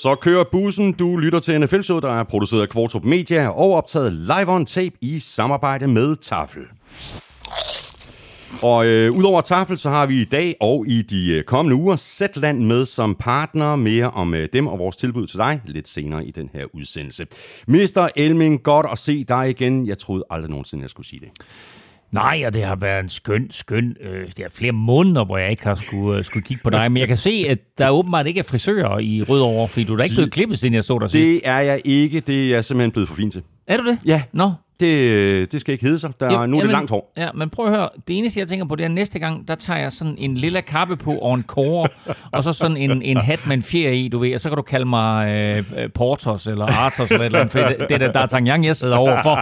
Så kører bussen. Du lytter til NFL-showet, der er produceret af Kvartrup Media og optaget live on tape i samarbejde med Tafel. Og udover Tafel, så har vi i dag og i de kommende uger Zetland med som partner. Mere om dem og vores tilbud til dig lidt senere i den her udsendelse. Mr. Elming, godt at se dig igen. Jeg troede aldrig nogensinde, jeg skulle sige det. Nej, og det har været en skøn det er flere måneder, hvor jeg ikke har skulle kigge på dig. Men jeg kan se, at der åbenbart ikke er frisører i Rødovre, fordi du er da ikke blevet klippet, siden jeg så dig sidst. Det er jeg ikke. Det er simpelthen blevet for fint til. Er du det? Ja. Nå. Det skal ikke hedde sig. Nu er det langt hår. Ja, men prøv at høre. Det eneste, jeg tænker på, det er, næste gang, der tager jeg sådan en lille kappe på og en kåre, og så sådan en hat med en fjer i, du ved, og så kan du kalde mig Portos eller Artos eller et eller andet, for det er D'Artagnan, jeg sidder overfor.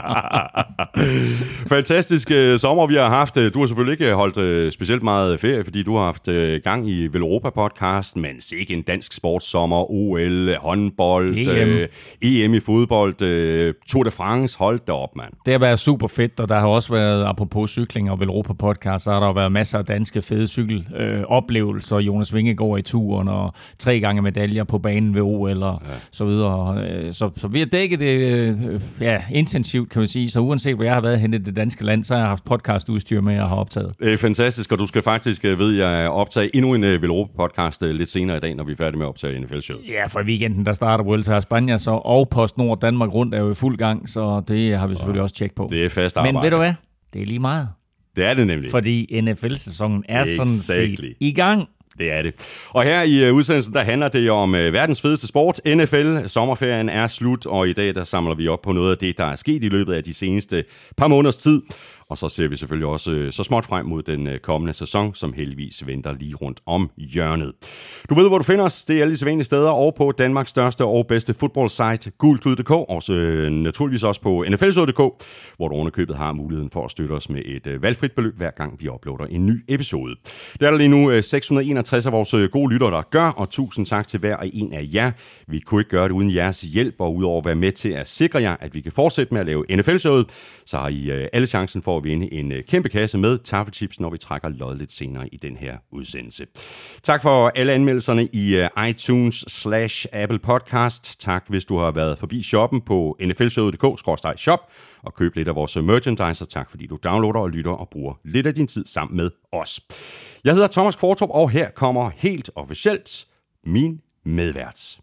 Fantastisk sommer, vi har haft. Du har selvfølgelig ikke holdt specielt meget ferie, fordi du har haft gang i Velropa-podcast, men sikke en dansk sportssommer, OL, håndbold, EM i fodbold, Tour de France, holdt derop, mand. Det har været super fedt, og der har også været, apropos cykling og Velropa-podcast, så har der været masser af danske fede cykeloplevelser. Jonas Vingegaard i turen, og 3 gange medaljer på banen ved OL og så videre. Så vi har dækket det intensivt, kan man sige. Så uanset hvor jeg har været henne i det danske land, så har jeg haft podcastudstyr med, jeg har optaget. Det er fantastisk, og du skal faktisk, ved jeg, optage endnu en Velropa-podcast lidt senere i dag, når vi er færdige med at optage NFL-showet. Ja, for i weekenden, der starter Vuelta a España, så og PostNord Danmark rundt er jo i fuld gang, så det har vi selvfølgelig også tjek på. Det er fast arbejde. Men ved du hvad? Det er lige meget. Det er det nemlig. Fordi NFL-sæsonen er sådan set i gang. Det er det. Og her i udsendelsen, der handler det om verdens fedeste sport, NFL. Sommerferien er slut, og i dag der samler vi op på noget af det, der er sket i løbet af de seneste par måneders tid. Og så ser vi selvfølgelig også så småt frem mod den kommende sæson, som heldigvis venter lige rundt om hjørnet. Du ved, hvor du finder os. Det er alle de sædvanlige steder, og på Danmarks største og bedste fodboldsite, gulklud.dk, og naturligvis også på nflshow.dk, hvor du underkøbet har muligheden for at støtte os med et valgfrit beløb, hver gang vi uploader en ny episode. Det er der lige nu 661 af vores gode lyttere, der gør, og tusind tak til hver og en af jer. Vi kunne ikke gøre det uden jeres hjælp, og udover at være med til at sikre jer, at vi kan fortsætte med at lave NFL-showet, så har I alle chancen for at vinde en kæmpe kasse med taffelchips, når vi trækker lod lidt senere i den her udsendelse. Tak for alle anmeldelserne i iTunes/Apple Podcast. Tak, hvis du har været forbi shoppen på nflshowet.dk/shop og køb lidt af vores merchandise, og tak fordi du downloader og lytter og bruger lidt af din tid sammen med os. Jeg hedder Thomas Kvartrup, og her kommer helt officielt min medvært.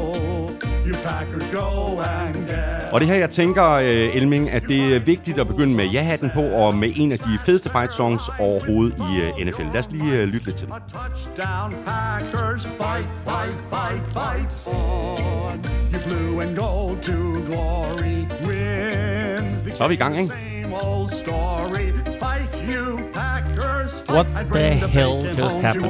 Og det her, jeg tænker, Elming, at det er vigtigt at begynde med ja-hatten på, og med en af de fedeste fight songs overhovedet i NFL. Lad os lige lytte lidt til den. Så er vi i gang, ikke? What the hell just happened?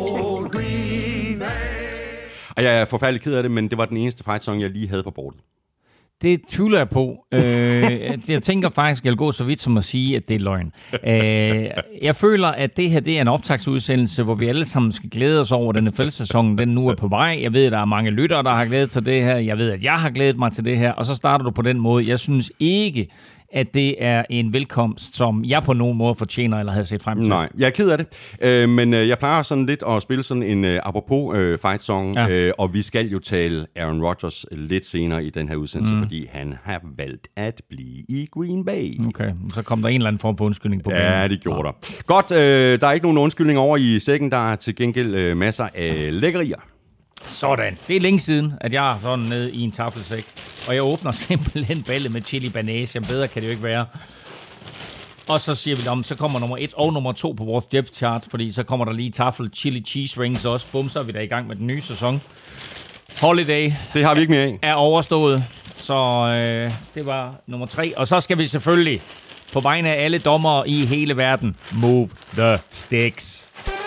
Og jeg er forfærdelig ked af det, men det var den eneste fight song, jeg lige havde på bordet. Det tvivler jeg på. Jeg tænker faktisk, at jeg vil gå så vidt som at sige, at det er løgn. Jeg føler, at det her det er en optagsudsendelse, hvor vi alle sammen skal glæde os over, at den NFL-sæson den nu er på vej. Jeg ved, at der er mange lyttere, der har glædet til det her. Jeg ved, at jeg har glædet mig til det her. Og så starter du på den måde. Jeg synes ikke, at det er en velkomst, som jeg på nogen måde fortjener eller havde set frem til. Nej, jeg er ked af det. Men jeg plejer sådan lidt at spille sådan en apropos fight song, og vi skal jo tale Aaron Rodgers lidt senere i den her udsendelse, fordi han har valgt at blive i Green Bay. Okay, så kom der en eller anden form for undskyldning på. Ja, det gjorde der. Godt, der er ikke nogen undskyldning over i sækken, der er til gengæld masser af lækkerier. Sådan. Det er længe siden, at jeg er sådan nede i en taffelsæk. Og jeg åbner simpelthen ballet med chili banase. Bedre kan det jo ikke være. Og så siger vi, så kommer nummer 1 og nummer 2 på vores depth chart. Fordi så kommer der lige taffel chili cheese rings også. Bum, så er vi da i gang med den nye sæson. Holiday. Det har vi ikke mere af. Er overstået. Så det var nummer 3. Og så skal vi selvfølgelig på vegne af alle dommere i hele verden move the sticks.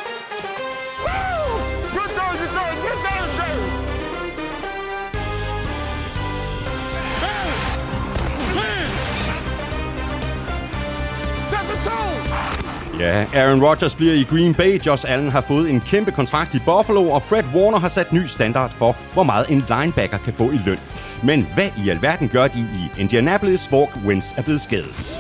Ja, Aaron Rodgers bliver i Green Bay. Josh Allen har fået en kæmpe kontrakt i Buffalo, og Fred Warner har sat ny standard for, hvor meget en linebacker kan få i løn. Men hvad i alverden gør de i Indianapolis, hvor Wentz er blevet skadet?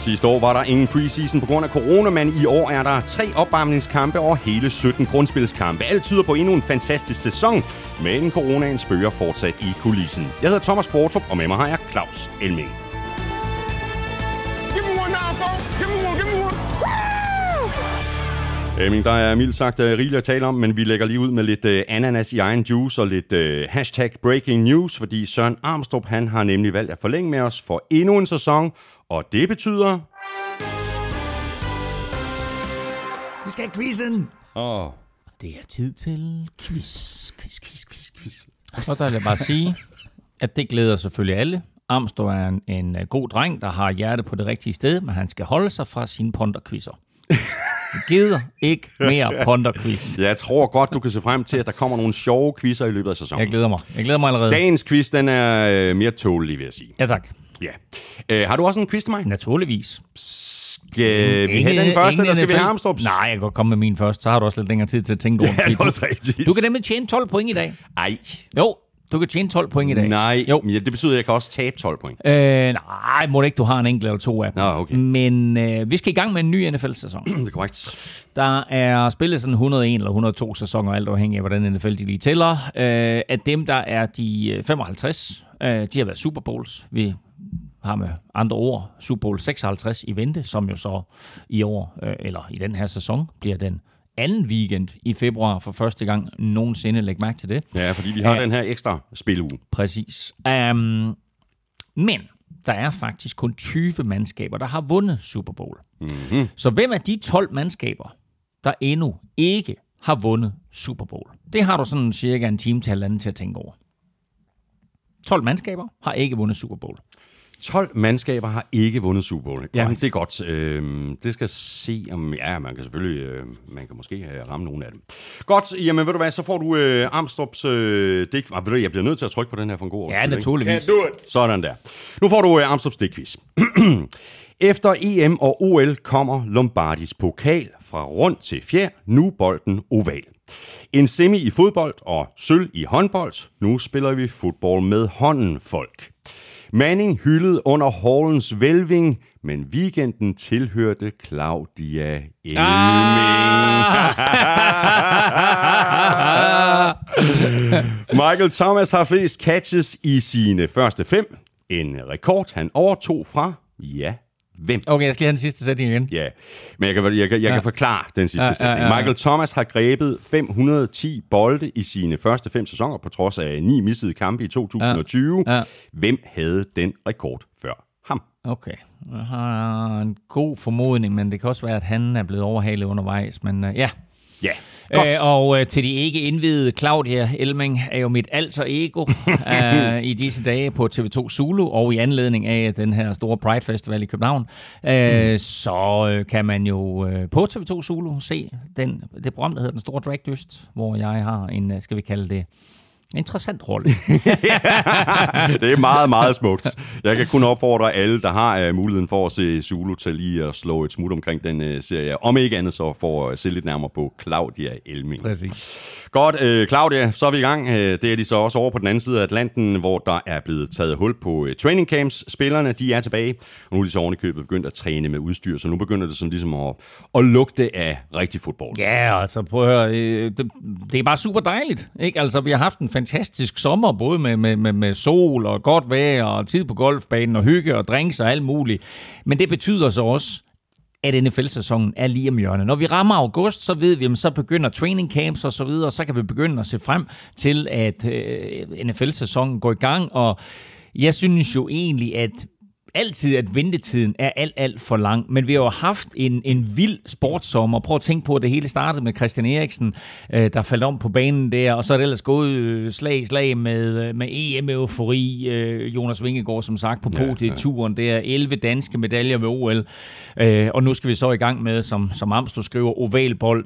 Sidste år var der ingen preseason på grund af corona, men i år er der 3 opvarmningskampe og hele 17 grundspilskampe. Alt tyder på endnu en fantastisk sæson, men coronaen spøger fortsat i kulissen. Jeg hedder Thomas Kvartrup, og med mig har jeg Claus Elming. Elming, der er mildt sagt rigeligt at tale om, men vi lægger lige ud med lidt ananas i egen juice og lidt hashtag breaking news, fordi Søren Armstrong, han har nemlig valgt at forlænge med os for endnu en sæson, og det betyder... Vi skal have quizzen! Det er tid til quiz. Og der vil jeg bare sige, at det glæder selvfølgelig alle. Armstrong er en god dreng, der har hjerte på det rigtige sted, men han skal holde sig fra sine ponderquizzer. Jeg gider ikke mere ponderquiz. Jeg tror godt, du kan se frem til, at der kommer nogle sjove quizzer i løbet af sæsonen. Jeg glæder mig allerede. Dagens quiz, den er mere tålelig, vil jeg sige. Ja, tak. Ja. Har du også en quiz til mig? Naturligvis. Skal vi have den første, eller skal vi have Armstrongs? Nej, jeg kan godt komme med min først. Så har du også lidt længere tid til at tænke over. Ja, det er også rigtigt. Du kan nemlig tjene 12 point i dag. Ej. Jo, du kan tjene 12 point i dag. Nej, jo. Det betyder, at jeg kan også tabe 12 point. Nej, må det ikke, du har en enkelt eller 2 af dem. Nå, okay. Men vi skal i gang med en ny NFL-sæson. Det er korrekt. Der er spillet sådan 101 eller 102 sæsoner, alt afhængig af, hvordan NFL de lige tæller. Af dem, der er de 55, de har været Super Bowls. Vi har med andre ord Super Bowl 56 i vente, som jo så i år, eller i den her sæson, bliver den anden weekend i februar for første gang nogensinde. Læg mærke til det. Ja, fordi vi har den her ekstra spiluge. Præcis. Men der er faktisk kun 20 mandskaber, der har vundet Super Bowl. Mm-hmm. Så hvem er de 12 mandskaber, der endnu ikke har vundet Super Bowl? Det har du sådan cirka en time til halvanden til at tænke over. 12 mandskaber har ikke vundet Super Bowl. 12 mandskaber har ikke vundet Super Bowl. Ja, det er godt. Det skal se om... Ja, man kan selvfølgelig... man kan måske ramme nogle af dem. Godt, jamen ved du hvad, så får du Armstrongs... jeg bliver nødt til at trykke på den her for en god Ja, naturligvis. Sådan der. Nu får du Armstrongs stikquiz. Efter EM og OL kommer Lombardis pokal fra rund til fjer, nu bolden oval. En semi i fodbold og sølv i håndbold. Nu spiller vi fodbold med hånden, folk. Manning hyldede under Hallens hvælving, men weekenden tilhørte Claudia Elming. Michael Thomas har flest catches i sine første 5. En rekord, han overtog fra, hvem? Okay, jeg skal have den sidste sætning igen. Ja, men jeg kan forklare den sidste sætning. Michael Thomas har grebet 510 bolde i sine første 5 sæsoner, på trods af 9 missede kampe i 2020. Hvem havde den rekord før ham? Okay, jeg har en god formodning, men det kan også være, at han er blevet overhalet undervejs, men ja. Ja. Og til de ikke indvidede, Claudia Elming er jo mit alter ego i disse dage på TV2 Zulu, og i anledning af den her store Pride Festival i København, så kan man jo på TV2 Zulu se det program, der hedder Den Store Dragdyst, hvor jeg har en, skal vi kalde det, interessant rolle. Det er meget, meget smukt. Jeg kan kun opfordre alle, der har muligheden for at se Zulu, til lige at slå et smut omkring den serie. Om ikke andet, så for at se lidt nærmere på Claudia Elming. Præcis. Godt, Claudia, så er vi i gang. Det er de så også over på den anden side af Atlanten, hvor der er blevet taget hul på training camps. Spillerne, de er tilbage, og nu er de så oven i købet begyndt at træne med udstyr, så nu begynder det sådan ligesom at lugte af rigtig fodbold. Ja, altså prøv at høre, det er bare super dejligt, ikke? Altså, vi har haft en fantastisk sommer, både med sol og godt vejr og tid på golfbanen og hygge og drinks og alt muligt. Men det betyder så også, at NFL-sæsonen er lige om hjørnet. Når vi rammer august, så ved vi, at så begynder training camps og så videre, og så kan vi begynde at se frem til, at NFL-sæsonen går i gang. Og jeg synes jo egentlig, at ventetiden er alt for lang, men vi har jo haft en vild sportssommer. Prøv at tænke på, at det hele startede med Christian Eriksen, der faldt om på banen der, og så er det ellers gået slag i slag med EM-eufori. Jonas Vingegaard, som sagt, på podiet-turen. Det er 11 danske medaljer ved OL, og nu skal vi så i gang med, som Amstrup skriver, ovalbold.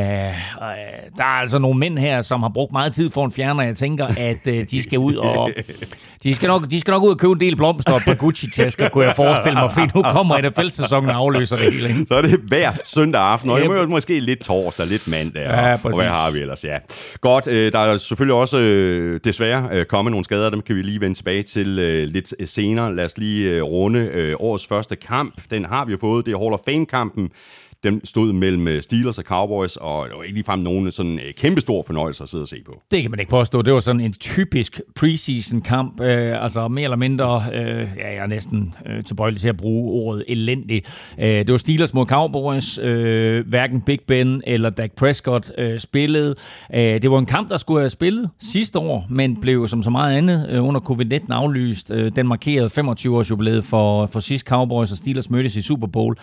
Der er altså nogle mænd her, som har brugt meget tid for en fjerner. Jeg tænker, at de skal ud og de skal nok ud og købe en del blomster og et par Gucci-tasker. mennesker, kunne jeg forestille mig, fordi nu kommer NFL-sæsonen og afløser det hele. Så er det hver søndag aften, og det er måske lidt torsdag, lidt mandag, ja, og hvad har vi ellers, ja. Godt, der er selvfølgelig også desværre kommet nogle skader, dem kan vi lige vende tilbage til lidt senere. Lad os lige runde årets første kamp. Den har vi jo fået, det er Hall of Fame-kampen. Den stod mellem Steelers og Cowboys, og det var ikke ligefrem nogen sådan kæmpestor fornøjelse at sidde og se på. Det kan man ikke påstå. Det var sådan en typisk preseason-kamp. Altså mere eller mindre, jeg er næsten tilbøjelig til at bruge ordet elendig. Det var Steelers mod Cowboys. Hverken Big Ben eller Dak Prescott spillede. Det var en kamp, der skulle have spillet sidste år, men blev som så meget andet under covid-19 aflyst. Den markerede 25-års jubilæet for sidst Cowboys og Steelers mødtes i Super Bowl.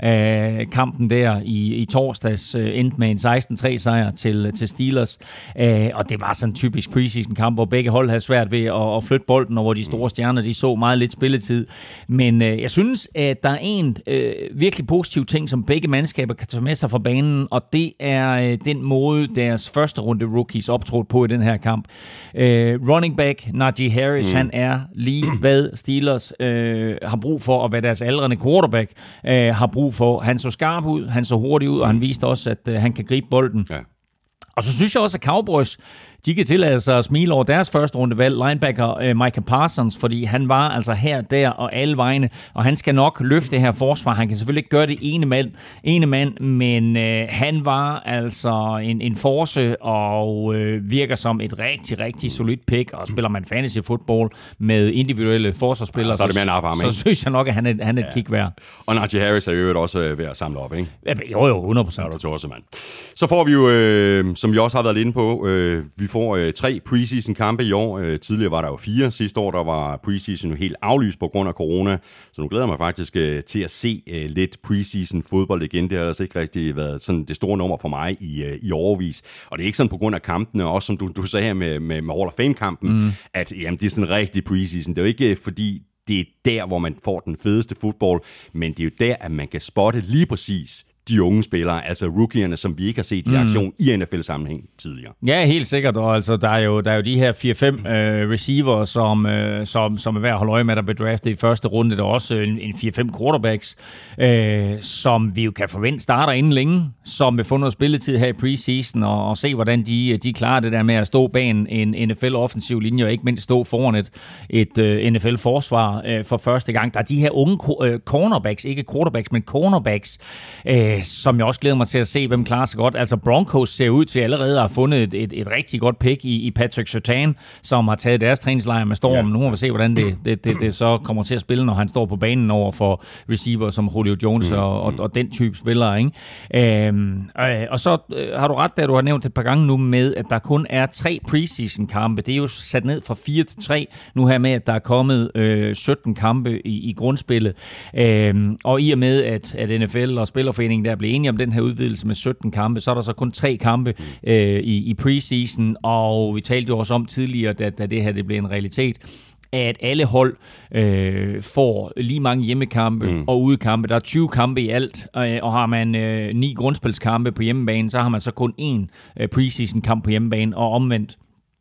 Kampen der i torsdags endte med en 16-3 sejr til Steelers. Og det var sådan en typisk preseason-kamp, hvor begge hold havde svært ved at flytte bolden, og hvor de store stjerner, de så meget lidt spilletid. Men jeg synes, at der er en virkelig positiv ting, som begge mandskaber kan tage med sig fra banen, og det er den måde, deres første runde rookies optrådte på i den her kamp. Running back Najee Harris, han er lige hvad Steelers har brug for, og hvad deres aldrende quarterback har brug for. Han så skarp ud, han så hurtigt ud, og han viste også, at han kan gribe bolden. Ja. Og så synes jeg også, at Cowboys, de kan tillade sig at smile over deres første rundevalg, linebacker Micah Parsons, fordi han var altså her, der og alle vegne, og han skal nok løfte det her forsvar. Han kan selvfølgelig ikke gøre det ene mand, men han var altså en force og virker som et rigtig, rigtig solidt pick, og spiller man fantasy football med individuelle forsvarsspillere, så synes jeg nok, at han er et kick værd. Og Najee Harris er jo også ved at samle op, ikke? Jo, 100%. Så får vi jo, som vi også har været inde på, vi får 3 preseason-kampe i år. Tidligere var der jo 4. Sidste år der var preseason jo helt aflyst på grund af corona. Så nu glæder jeg mig faktisk til at se lidt preseason-fodbold igen. Det har altså ikke rigtig været sådan det store nummer for mig i årevis. Og det er ikke sådan på grund af kampene, også som du sagde her med Hall of Fame-kampen, at jamen, det er sådan rigtig preseason. Det er jo ikke fordi det er der, hvor man får den fedeste fodbold, men det er jo der, at man kan spotte lige præcis de unge spillere, altså rookierne, som vi ikke har set i aktion i NFL-sammenhæng tidligere. Ja, helt sikkert, og altså, der er jo de her 4-5 receiver, som er værd at holde øje med, der blev draftet i første runde. Der er også en 4-5 quarterbacks, som vi jo kan forvente starter inden længe, som vil få noget spilletid her i preseason, og se, hvordan de klarer det der med at stå bag en NFL-offensiv linje, og ikke mindst stå foran et NFL-forsvar for første gang. Der er de her unge cornerbacks, ikke quarterbacks, men cornerbacks, som jeg også glæder mig til at se, hvem klarer sig godt. Altså Broncos ser ud til allerede at have fundet et rigtig godt pick i Patrick Surtain, som har taget deres træningslejr med storm. Ja. Nu må vi se, hvordan det så kommer til at spille, når han står på banen over for receiver som Julio Jones og den type spillere, ikke? Og så har du ret, da du har nævnt et par gange nu med, at der kun er 3 preseason-kampe. Det er jo sat ned fra 4 til 3 nu her med, at der er kommet 17 kampe i grundspillet. Og i og med, at NFL og Spillerforeningen der blev enige om den her udvidelse med 17 kampe, så er der så kun 3 kampe i preseason, og vi talte jo også om tidligere, da det her det blev en realitet, at alle hold får lige mange hjemmekampe og udekampe. Der er 20 kampe i alt, og har man 9 grundspilskampe på hjemmebane, så har man så kun 1 preseason-kamp på hjemmebane, og omvendt.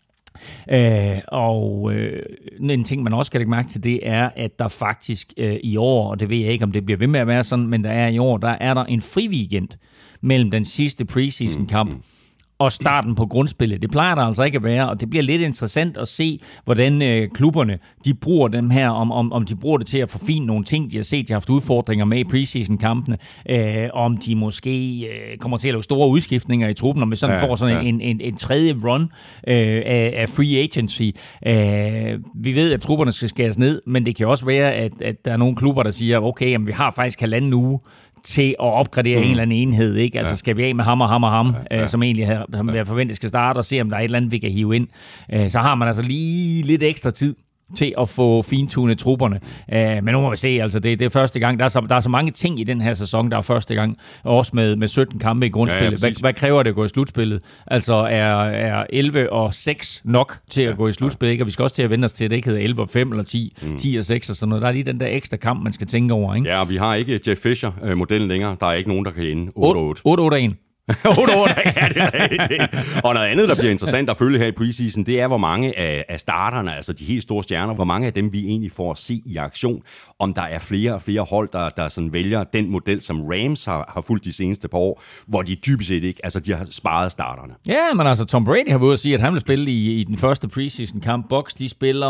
En ting, man også skal lægge mærke til, det er, at der faktisk i år, og det ved jeg ikke, om det bliver ved med at være sådan, men der er i år, der er der en fri weekend mellem den sidste preseason-kamp og starten på grundspillet. Det plejer der altså ikke at være, og det bliver lidt interessant at se, hvordan klubberne, de bruger dem her, om de bruger det til at forfine nogle ting, de har set, de har haft udfordringer med i preseason-kampene, om de måske kommer til at lave store udskiftninger i truppen, om vi sådan får sådan en tredje run af free agency. Vi ved, at trupperne skal skæres ned, men det kan også være, at der er nogle klubber, der siger, okay, jamen, vi har faktisk 1,5 uge til at opgradere en eller anden enhed, ikke? Altså skal vi af med ham, som egentlig har forventet skal starte, og se, om der er et eller andet, vi kan hive ind. Så har man altså lige lidt ekstra tid til at få fintunet trupperne. Men nu må vi se, altså det er første gang. Der er så mange ting i den her sæson, der er første gang, også med 17 kampe i grundspillet. Hvad kræver det at gå i slutspillet? Altså er 11 og 6 nok til at gå i slutspillet, ikke? Og vi skal også til at vende os til, at det ikke hedder 11 og 5 eller 10 og 6 og sådan noget. Der er lige den der ekstra kamp, man skal tænke over, ikke? Ja, og vi har ikke Jeff Fisher-modellen længere. Der er ikke nogen, der kan ende 8-8. 8 år, ja, det er rigtigt. Og noget andet, der bliver interessant at følge her i preseason, det er, hvor mange af starterne, altså de helt store stjerner, hvor mange af dem vi egentlig får at se i aktion. Om der er flere og flere hold, der sådan vælger den model, som Rams har fulgt de seneste par år, hvor de dybest set ikke, altså de har sparet starterne. Ja, men altså Tom Brady har været ude at sige, at han vil spille i den første preseason-kamp. Bucks, de spiller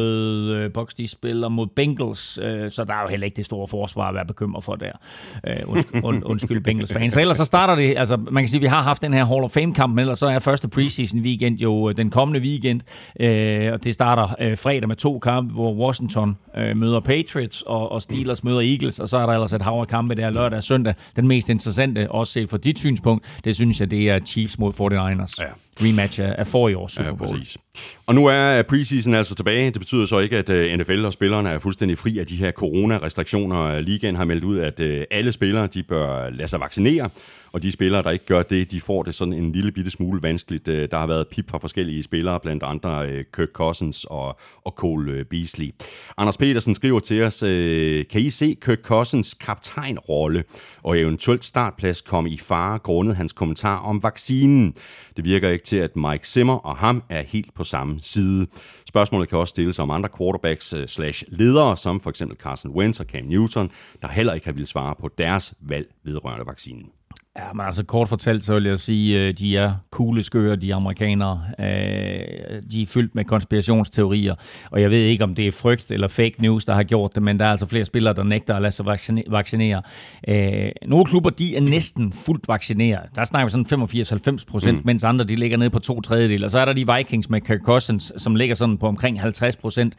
mod Bengals, så der er jo heller ikke det store forsvar at være bekymret for der. Undskyld Bengals fans. Så ellers så starter det, altså man kan sige, at vi har haft den her Hall of Fame-kamp, men ellers så er første preseason-weekend jo den kommende weekend, og det starter fredag med 2 kampe, hvor Washington møder Patriots, og Steelers møder Eagles, og så er der ellers et hav af kampe der lørdag og søndag. Den mest interessante, også set fra dit synspunkt, det synes jeg, det er Chiefs mod 49ers. Ja. Rematch af forrige års Super Bowl. Ja, og nu er preseason altså tilbage. Det betyder så ikke, at NFL og spillerne er fuldstændig fri af de her coronarestriktioner. Ligaen har meldt ud, at alle spillere de bør lade sig vaccinere, og de spillere, der ikke gør det, de får det sådan en lille bitte smule vanskeligt. Der har været pip fra forskellige spillere, blandt andre Kirk Cousins og Cole Beasley. Anders Petersen skriver til os, kan I se Kirk Cousins kaptajnrolle og eventuelt startplads komme i fare grundet hans kommentar om vaccinen? Det virker ikke til, at Mike Zimmer og ham er helt på samme side. Spørgsmålet kan også stilles om andre quarterbacks/ledere, som for eksempel Carson Wentz og Cam Newton, der heller ikke har ville svare på deres valg vedrørende vaccinen. Ja, men altså kort fortalt, så vil jeg sige, de er kugleskøre, de amerikanere. De er fyldt med konspirationsteorier, og jeg ved ikke, om det er frygt eller fake news, der har gjort det, men der er altså flere spillere, der nægter at lade sig vaccinere. Nogle klubber, de er næsten fuldt vaccineret. Der snakker vi sådan 85-90%, mens andre, de ligger nede på 2/3. Og så er der de Vikings med Kirk Cousins, som ligger sådan på omkring 50%.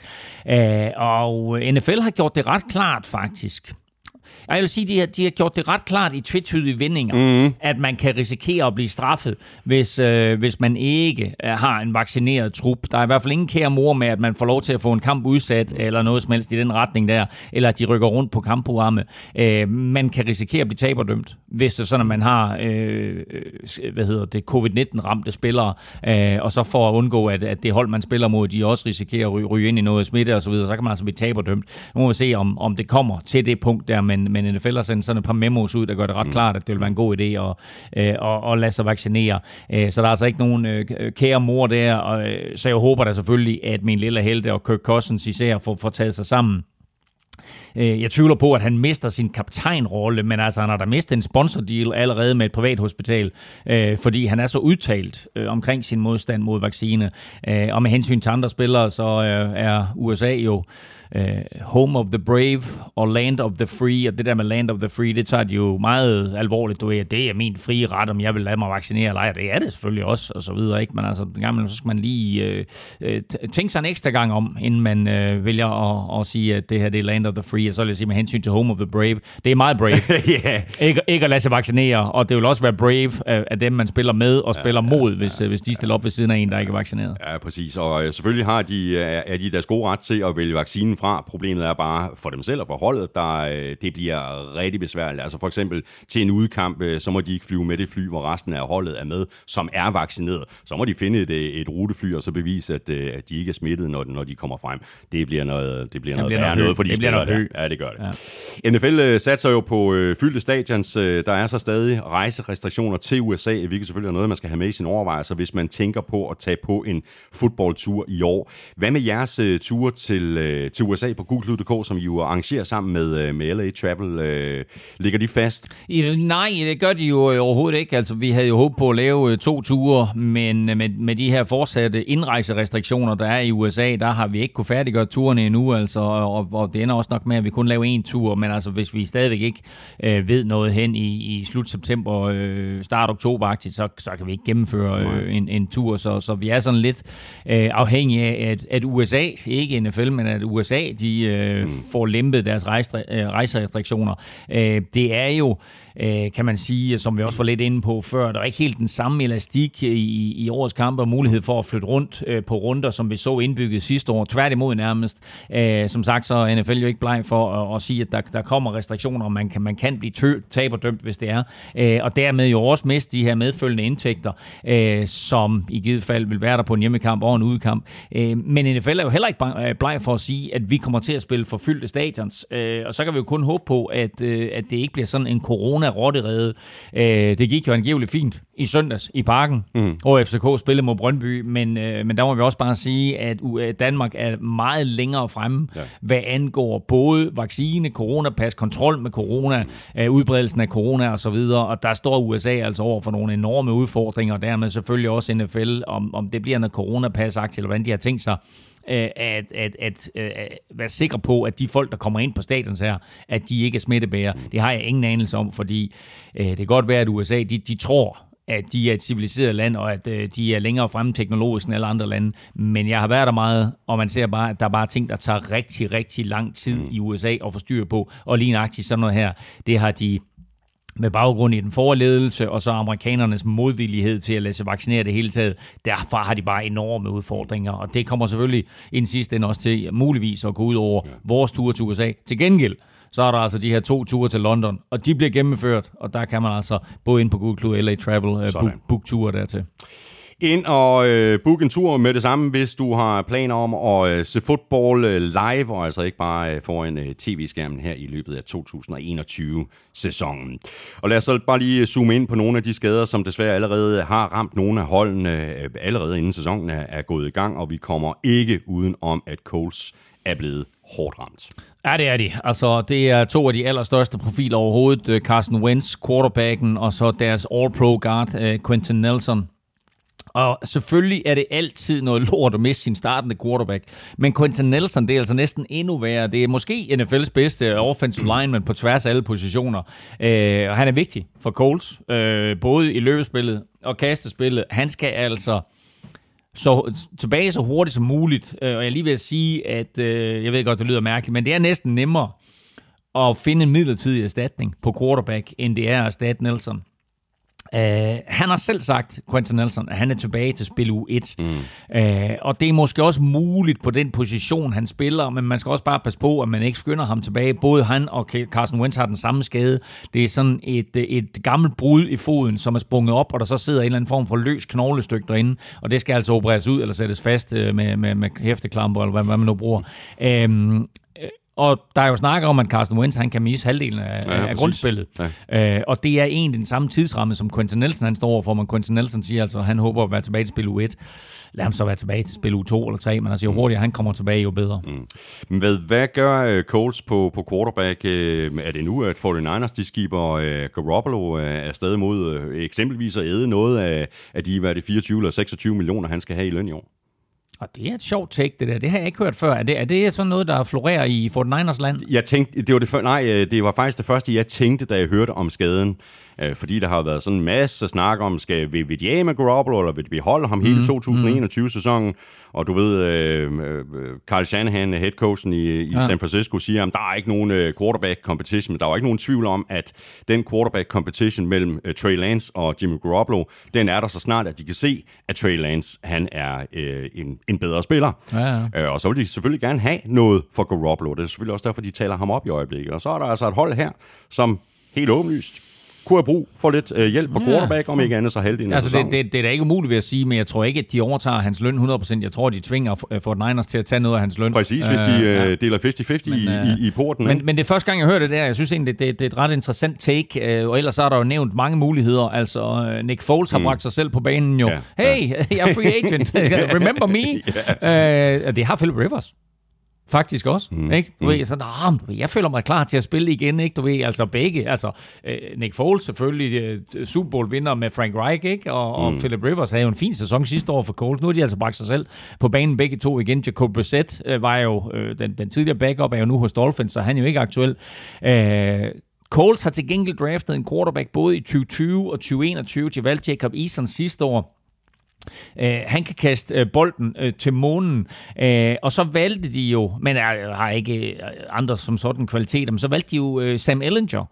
Og NFL har gjort det ret klart, faktisk. Jeg vil sige, at de har gjort det ret klart i tvetydige vendinger, at man kan risikere at blive straffet, hvis man ikke har en vaccineret trup. Der er i hvert fald ingen kære mor med, at man får lov til at få en kamp udsat, eller noget som helst i den retning der, eller at de rykker rundt på kampprogrammet. Man kan risikere at blive taberdømt, hvis det er sådan, at man har covid-19-ramte spillere, og så for at undgå, at det hold, man spiller mod, de også risikerer at ryge ind i noget smitte osv., så kan man altså blive taberdømt. Nu må vi se, om det kommer til det punkt der, men NFL har sendt sådan et par memos ud, der gør det ret klart, at det vil være en god idé at lade sig vaccinere. Så der er altså ikke nogen kære mor der, så jeg håber da selvfølgelig, at min lille helte og Kirk Cousins især får taget sig sammen. Jeg tvivler på, at han mister sin kaptajnrolle, men altså han har da mistet en sponsordeal allerede med et privathospital, fordi han er så udtalt omkring sin modstand mod vaccine. Og med hensyn til andre spillere, så er USA jo home of the brave og land of the free, og det der med land of the free, det tager de jo meget alvorligt. Det er min frie ret, om jeg vil lade mig vaccinere eller ej. Det er det selvfølgelig også, og så videre, ikke? Men altså, så skal man lige tænke sig en ekstra gang om, inden man vælger at sige, at det her det er land of the free, og så vil jeg sige med hensyn til home of the brave, det er meget brave. Ikke at lade sig vaccinere, og det vil også være brave af dem, man spiller med og spiller mod, hvis de stiller op ved siden af en, der ikke er vaccineret. Ja, præcis, og selvfølgelig er de deres gode ret til at vælge vaccinen fra. Problemet er bare for dem selv og for holdet, det bliver rigtig besværligt. Altså for eksempel til en udekamp, så må de ikke flyve med det fly, hvor resten af holdet er med, som er vaccineret. Så må de finde et rutefly og så bevise, at de ikke er smittet, når de kommer frem. Det bliver noget for de spillere der. Ja, det gør det. Ja. NFL satser jo på fyldte stadions. Der er så stadig rejserestriktioner til USA, hvilket selvfølgelig er noget, man skal have med i sine overvejelser, hvis man tænker på at tage på en fodboldtur i år. Hvad med jeres ture til USA på Google.dk, som I jo arrangerer sammen med LA Travel? Ligger de fast? Nej, det gør de jo overhovedet ikke. Altså, vi havde jo håbet på at lave 2 ture, men med de her fortsatte indrejserestriktioner, der er i USA, der har vi ikke kunne færdiggøre turene endnu, altså, og det ender også nok med, at vi kun laver 1 tur, men altså, hvis vi stadigvæk ikke ved noget hen i slut september, start oktober-agtigt, så kan vi ikke gennemføre en tur, så vi er sådan lidt afhængige af, at USA, ikke NFL, men at USA, de får lempet deres rejserestriktioner. Det er jo, kan man sige, som vi også var lidt inde på før, der er ikke helt den samme elastik i årets kampe og mulighed for at flytte rundt på runder, som vi så indbygget sidste år. Tværtimod nærmest. Som sagt, så er NFL jo ikke bleg for at sige, at der kommer restriktioner, og man kan blive taberdømt, hvis det er. Og dermed jo også miste de her medfølgende indtægter, som i givet fald vil være der på en hjemmekamp og en udekamp. Men NFL er jo heller ikke bleg for at sige, at vi kommer til at spille for fyldte stadions. Og så kan vi jo kun håbe på, at det ikke bliver sådan en corona corona-rotterede. Det gik jo angiveligt fint i søndags i Parken, hvor FCK spillede mod Brøndby, men der må vi også bare sige, at Danmark er meget længere fremme, hvad angår både vaccine, coronapas, kontrol med corona, udbredelsen af corona og så videre, og der står USA altså over for nogle enorme udfordringer, og dermed selvfølgelig også NFL, om det bliver noget coronapas-aktie, eller hvordan de har tænkt sig, at være sikker på, at de folk, der kommer ind på stadion her, at de ikke er smittebærere. Det har jeg ingen anelse om, fordi det kan godt være, at USA, de tror, at de er et civiliseret land, og at de er længere fremme teknologisk end alle andre lande. Men jeg har været der meget, og man ser bare, at der er bare ting, der tager rigtig, rigtig lang tid i USA at få styr på. Og lige nøjagtigt sådan noget her, det har de med baggrund i den forledelse, og så amerikanernes modvillighed til at lade sig vaccinere det hele taget. Derfor har de bare enorme udfordringer, og det kommer selvfølgelig i den sidste ende også til muligvis at gå ud over vores tur til USA. Til gengæld, så er der altså de her 2 ture til London, og de bliver gennemført, og der kan man altså både ind på Google Klub LA Travel book ture dertil. Ind og book en tur med det samme, hvis du har planer om at se fodbold live, og altså ikke bare foran tv-skærmen her i løbet af 2021-sæsonen. Og lad os så bare lige zoome ind på nogle af de skader, som desværre allerede har ramt nogle af holdene, allerede inden sæsonen er gået i gang, og vi kommer ikke uden om, at Colts er blevet hårdt ramt. Ja, det er de. Altså, det er 2 af de allerstørste profiler overhovedet. Carson Wentz, quarterbacken, og så deres all-pro guard, Quentin Nelson. Og selvfølgelig er det altid noget lort at miste sin startende quarterback. Men Quentin Nelson, det er altså næsten endnu værre. Det er måske NFL's bedste offensive lineman på tværs af alle positioner. Og han er vigtig for Colts, både i løbespillet og kastespillet. Han skal altså tilbage så hurtigt som muligt. Og jeg lige vil sige, at jeg ved godt, det lyder mærkeligt, men det er næsten nemmere at finde en midlertidig erstatning på quarterback, end det er at erstatte Nelson. Han har selv sagt, Quentin Nelson, at han er tilbage til spil uge 1. Og det er måske også muligt på den position, han spiller, men man skal også bare passe på, at man ikke skynder ham tilbage. Både han og Carson Wentz har den samme skade. Det er sådan et gammelt brud i foden, som er sprunget op, og der så sidder en eller anden form for løs knoglestykke derinde, og det skal altså opereres ud, eller sættes fast med hæfteklamper, eller hvad man nu bruger. Og der er jo snakker om, at Carson Wentz han kan misse halvdelen af grundspillet. Ja. Og det er egentlig den samme tidsramme, som Quentin Nelson han står overfor. Men Quentin Nelson siger altså, at han håber at være tilbage til spil uge 1. Lad ham så være tilbage til spil uge 2 eller 3. Men altså, jo hurtigere han kommer tilbage, jo bedre. Hvad gør Colts på quarterback? Er det nu, at 49ers de skiber Garoppolo er stadig mod eksempelvis at æde noget af de 24 eller 26 millioner, han skal have i løn i år? Og det er et sjovt take, det der. Det har jeg ikke hørt før. Er det sådan noget, der florerer i 49ers land? Jeg tænkte, det var faktisk det første, jeg tænkte, da jeg hørte om skaden. Fordi der har været sådan en masse snak om, vil vi af med Garoppolo, eller vil vi beholde ham hele 2021-sæsonen? Og du ved, Kyle Shanahan, headcoachen i San Francisco, siger, at der er ikke nogen quarterback competition, men der er ikke nogen tvivl om, at den quarterback competition mellem Trey Lance og Jimmy Garoppolo, den er der så snart, at de kan se, at Trey Lance, han er en bedre spiller. Ja. Og så vil de selvfølgelig gerne have noget for Garoppolo. Det er selvfølgelig også derfor, de taler ham op i øjeblikket. Og så er der altså et hold her, som helt åbenlyst kunne have brug for lidt hjælp på quarterback, om ikke andet så halvdelen af sæsonen. Det er da ikke umuligt ved at sige, men jeg tror ikke, at de overtager hans løn 100%. Jeg tror, de tvinger 49ers til at tage noget af hans løn. Præcis, hvis de deler 50-50 i porten. Men det er første gang, jeg hører det der. Jeg synes egentlig, det er et ret interessant take, og ellers er der jo nævnt mange muligheder. Altså, Nick Foles har bragt sig selv på banen jo. Hey, jeg er free agent. Remember me? Det har Philip Rivers. Faktisk også, ikke? Du ved, sådan, jeg føler mig klar til at spille igen, ikke? Du ved, altså begge, altså Nick Foles selvfølgelig Super Bowl vinder med Frank Reich, ikke? Og Philip Rivers havde jo en fin sæson sidste år for Colts. Nu har de altså bragt sig selv på banen begge to igen. Jacob Brissett var jo, den tidligere backup er jo nu hos Dolphins, så han er jo ikke aktuel. Colts har til gengæld draftet en quarterback både i 2020 og 2021. De valgte Jacob Eason sidste år. Han kan kaste bolden til månen, og så valgte de jo, men har ikke andre som sådan kvaliteter, men så valgte de jo Sam Ehlinger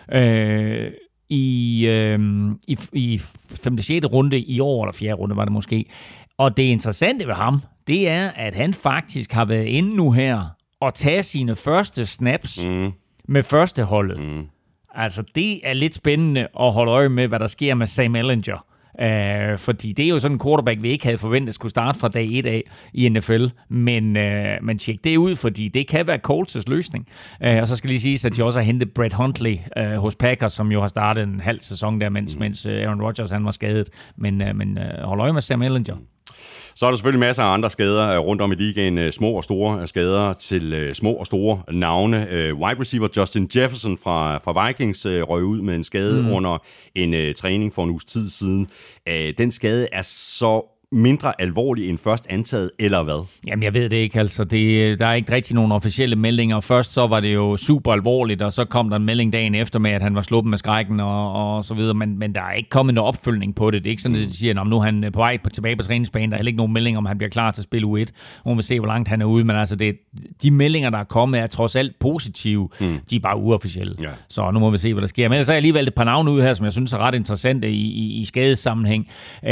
i 5. 6. runde i år, eller 4. runde var det måske. Og det interessante ved ham, det er, at han faktisk har været inde nu her og tage sine første snaps med førsteholdet. Altså, det er lidt spændende at holde øje med, hvad der sker med Sam Ehlinger. Fordi det er jo sådan en quarterback, vi ikke havde forventet skulle starte fra dag 1 af i NFL. Men tjek det ud, fordi det kan være Colts' løsning. Og så skal lige siges, at de også har hentet Brett Hundley hos Packers, som jo har startet en halv sæson der, mens Aaron Rodgers han var skadet. Men hold øje med Sam Ehlinger. Så er der selvfølgelig masser af andre skader rundt om i ligaen. Små og store skader til små og store navne. Wide receiver Justin Jefferson fra Vikings røg ud med en skade under en træning for en uges tid siden. Den skade er så mindre alvorlig end først antaget, eller hvad? Jamen, jeg ved det ikke. Altså, der er ikke rigtig nogen officielle meldinger. Først så var det jo super alvorligt, og så kom der en melding dagen efter med, at han var sluppet med skrækken og så videre, men der er ikke kommet noget opfølgning på det. Det er ikke sådan, at de siger, at nu er han på vej tilbage på træningsbanen. Der er heller ikke nogen melding om, han bliver klar til at spille U1. Hun vil se, hvor langt han er ude, men altså, de meldinger, der er kommet, er trods alt positive. De er bare uofficielle. Ja. Så nu må vi se, hvad der sker. Men ellers har jeg lige valgt et par navne ud her, som jeg synes er ret interessante i skadesammenhæng.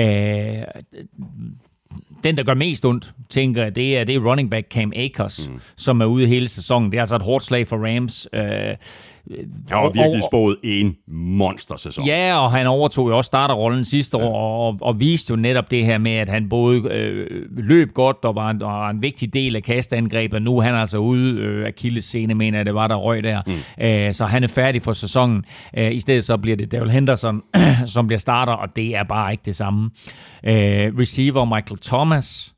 Den, der gør mest ondt, tænker jeg, det er running back Cam Akers, som er ude hele sæsonen. Det er altså et hårdt slag for Rams. Han har virkelig spået en monstersæson. Ja, og han overtog jo også starterrollen sidste år, og viste jo netop det her med, at han både løb godt og var en vigtig del af kastangrebet. Nu er han altså ude akillessene, mener jeg, det var der røg der. Så han er færdig for sæsonen. I stedet så bliver det Darrell Henderson, som bliver starter, og det er bare ikke det samme. Receiver Michael Thomas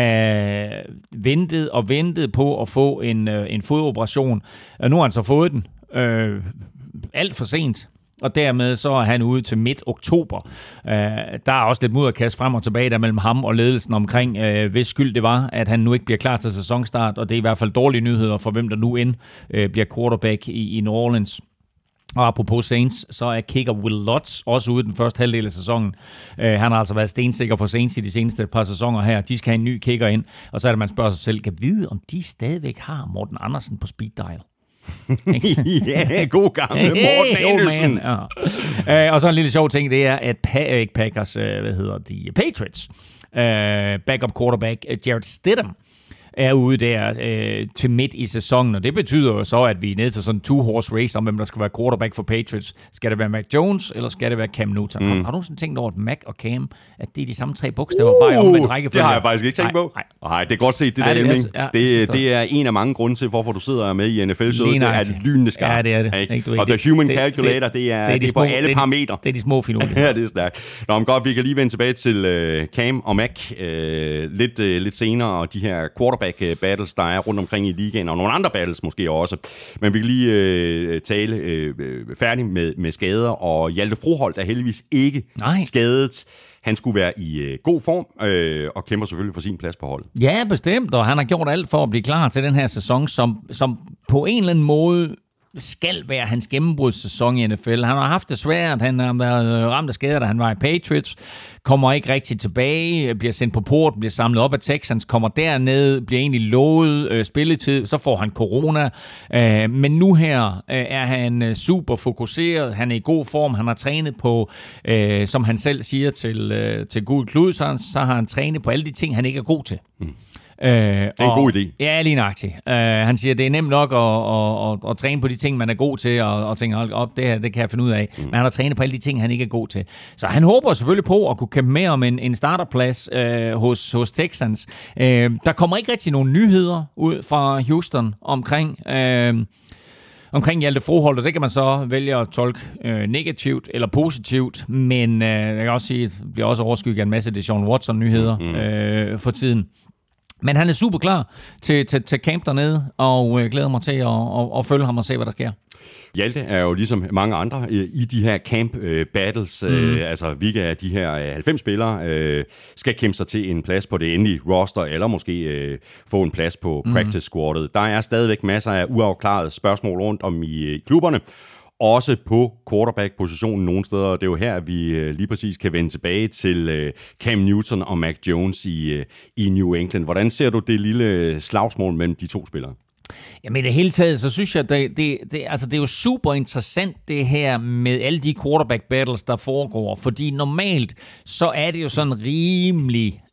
ventede på at få en fodoperation. Nu har han så fået den. Alt for sent, og dermed så er han ude til midt oktober. Der er også lidt mudderkast frem og tilbage der mellem ham og ledelsen omkring, hvis skyld det var, at han nu ikke bliver klar til sæsonstart, og det er i hvert fald dårlige nyheder for hvem der nu end bliver quarterback i New Orleans. Og apropos Saints, så er kicker Will Lutz også ude den første halvdel af sæsonen. Han har altså været stensikker for Saints i de seneste par sæsoner her. De skal have en ny kicker ind, og så er det, man spørger sig selv, kan vide, om de stadigvæk har Morten Andersen på speed dial. Ja, god gamle Morten Andersen. Ja. Og så en lille sjov ting, det er, at Packers, Patriots, backup quarterback Jarrett Stidham, er ude der til midt i sæsonen, og det betyder jo så, at vi er nede til sådan en two-horse race om, hvem der skal være quarterback for Patriots. Skal det være Mac Jones, eller skal det være Cam Newton? Har du sådan tænkt over, at Mac og Cam, at det er de samme 3 bogstaver, bare i omvendt rækkefølge? Det har jeg faktisk ikke tænkt på. Nej, det er godt set, det der Elming. Det er en af mange grunde til, hvorfor du sidder med i NFL-showet. Det er lynende skarpt. Ja, det er det. Ikke? Og The Human Calculator, det er på alle parametre. Det er de små finurlige. Ja, det er stærkt. Nå, men godt, vi kan lige vende tilbage til Cam og Mac lidt senere, og de her quarterback-battles, der er rundt omkring i ligaen, og nogle andre battles måske også. Men vi kan lige tale færdig med skader, og Hjalte Froholt er heldigvis ikke skadet. Han skulle være i god form, og kæmper selvfølgelig for sin plads på holdet. Ja, bestemt, og han har gjort alt for at blive klar til den her sæson, som på en eller anden måde skal være hans gennembrudssæson i NFL. Han har haft det svært, han har været ramt af skader, da han var i Patriots, kommer ikke rigtig tilbage, bliver sendt på porten, bliver samlet op af Texans, kommer derned, bliver egentlig lovet spilletid, så får han corona. Men nu her er han super fokuseret, han er i god form, han har trænet på, som han selv siger til Gul Klud, så har han trænet på alle de ting, han ikke er god til. Det er en god idé. Ja, lige nøjagtigt. Han siger, det er nemt nok at træne på de ting, man er god til, og tænke, op, det her, det kan jeg finde ud af. Men han har trænet på alle de ting, han ikke er god til. Så han håber selvfølgelig på at kunne kæmpe med om en starterplads hos Texans. Der kommer ikke rigtig nogen nyheder ud fra Houston omkring Hjalte Froholt, og det kan man så vælge at tolke negativt eller positivt, men jeg kan også sige, at det bliver også overskygget af en masse Deshaun Watson-nyheder for tiden. Men han er super klar til camp dernede, og glæder mig til at følge ham og se, hvad der sker. Hjalte er jo ligesom mange andre i de her camp battles, altså hvilke af de her 90 spillere skal kæmpe sig til en plads på det endelige roster, eller måske få en plads på practice squadet. Der er stadigvæk masser af uafklarede spørgsmål rundt om i klubberne, også på quarterback-positionen nogle steder, og det er jo her, vi lige præcis kan vende tilbage til Cam Newton og Mac Jones i New England. Hvordan ser du det lille slagsmål mellem de to spillere? Jamen i det hele taget, så synes jeg, det er jo super interessant det her med alle de quarterback battles, der foregår, fordi normalt så er det jo sådan rimelig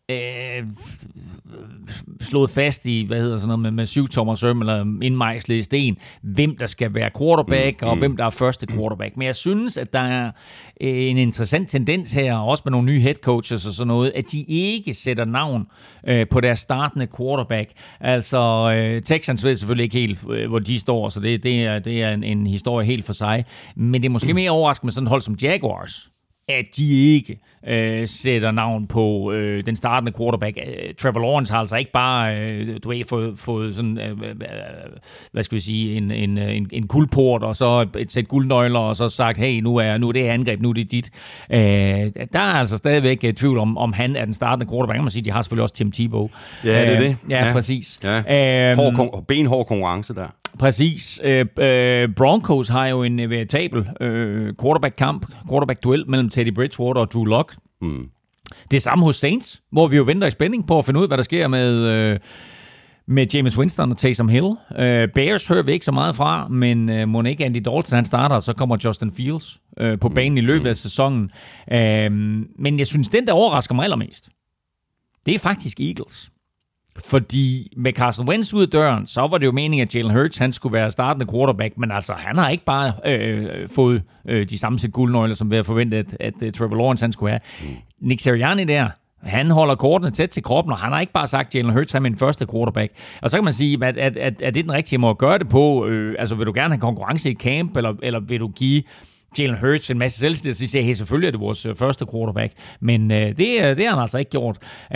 slået fast i, med 7-tommer søm eller indmejslet i sten, hvem der skal være quarterback, og hvem der er første quarterback. Men jeg synes, at der er en interessant tendens her, også med nogle nye head coaches og sådan noget, at de ikke sætter navn på deres startende quarterback. Altså, Texans ved selvfølgelig ikke helt, hvor de står, så det er en historie helt for sig. Men det er måske mere overraskende med sådan et hold som Jaguars, at de ikke sætter navn på den startende quarterback. Trevor Lawrence har altså ikke bare fået sådan, hvad skal vi sige, en guldport, og så et sæt guldnøgler, og så sagt, hey, nu er det angreb, nu er det dit. Der er altså stadigvæk tvivl om han er den startende quarterback. Man må sige, de har selvfølgelig også Tim Tebow. Ja, det er det. Ja, præcis. Ja. Benhård konkurrence der. Præcis. Broncos har jo en veritabel quarterback-duel mellem Teddy Bridgewater og Drew Lock. Det samme hos Saints, hvor vi jo venter i spænding på at finde ud af, hvad der sker med Jameis Winston og Taysom Hill. Bears hører vi ikke så meget fra, men må ikke Andy Dalton, han starter, og så kommer Justin Fields på banen i løbet af sæsonen. Men jeg synes, den der overrasker mig allermest, det er faktisk Eagles. Fordi med Carson Wentz ud af døren, så var det jo meningen, at Jalen Hurts han skulle være startende quarterback, men altså, han har ikke bare fået de samme sæt guldnøgler, som vi havde forventet, at Trevor Lawrence han skulle have. Nick Sirianni der, han holder kortene tæt til kroppen, og han har ikke bare sagt, at Jalen Hurts er min første quarterback. Og så kan man sige, at det den rigtige måde at gøre det på? Altså, vil du gerne have konkurrence i camp, eller vil du give Jalen Hurts en masse selvstændighed, så siger, hey, selvfølgelig er det vores første quarterback. Men det har han altså ikke gjort.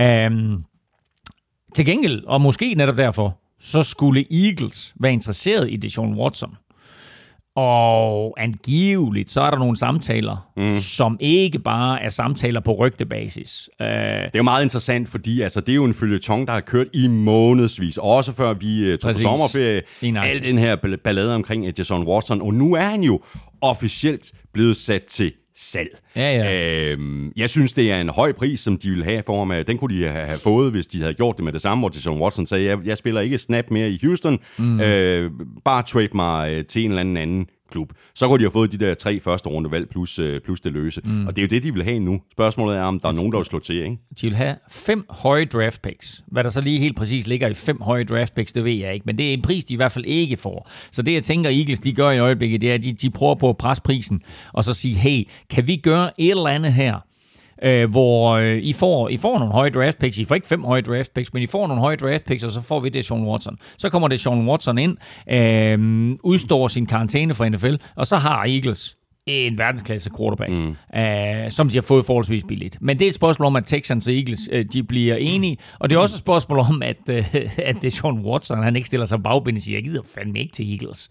Til gengæld, og måske netop derfor, så skulle Eagles være interesseret i Deshaun Watson. Og angiveligt, så er der nogle samtaler, som ikke bare er samtaler på rygtebasis. Det er jo meget interessant, fordi altså, det er jo en føljeton, der har kørt i månedsvis. Også før vi tog på sommerferie. Al den her ballade omkring Deshaun Watson. Og nu er han jo officielt blevet sat til salg. Ja. Jeg synes, det er en høj pris, som de ville have for ham. Den kunne de have fået, hvis de havde gjort det med det samme, hvor Deshaun Watson sagde, jeg spiller ikke snap mere i Houston. Bare trade mig til en eller anden klub. Så kunne de have fået de der 3 første rundevalg plus det løse. Og det er jo det, de vil have nu. Spørgsmålet er, om der er nogen, der vil slå til, ikke? De vil have 5 høje draft picks. Hvad der så lige helt præcis ligger i 5 høje draft picks, det ved jeg ikke. Men det er en pris, de i hvert fald ikke får. Så det, jeg tænker, Eagles de gør i øjeblikket, det er, at de prøver på at presse prisen, og så sige, hey, kan vi gøre et eller andet her, hvor I får nogle høje draft picks. I får ikke 5 høje draft picks, men I får nogle høje draft picks, og så får vi Deshaun Watson. Så kommer Deshaun Watson ind, udstår sin karantæne fra NFL, og så har Eagles en verdensklasse quarterback, som de har fået forholdsvis billigt. Men det er et spørgsmål om, at Texans og Eagles de bliver enige, og det er også et spørgsmål om, at Deshaun Watson han ikke stiller sig bagbind og siger, jeg gider fandme ikke til Eagles.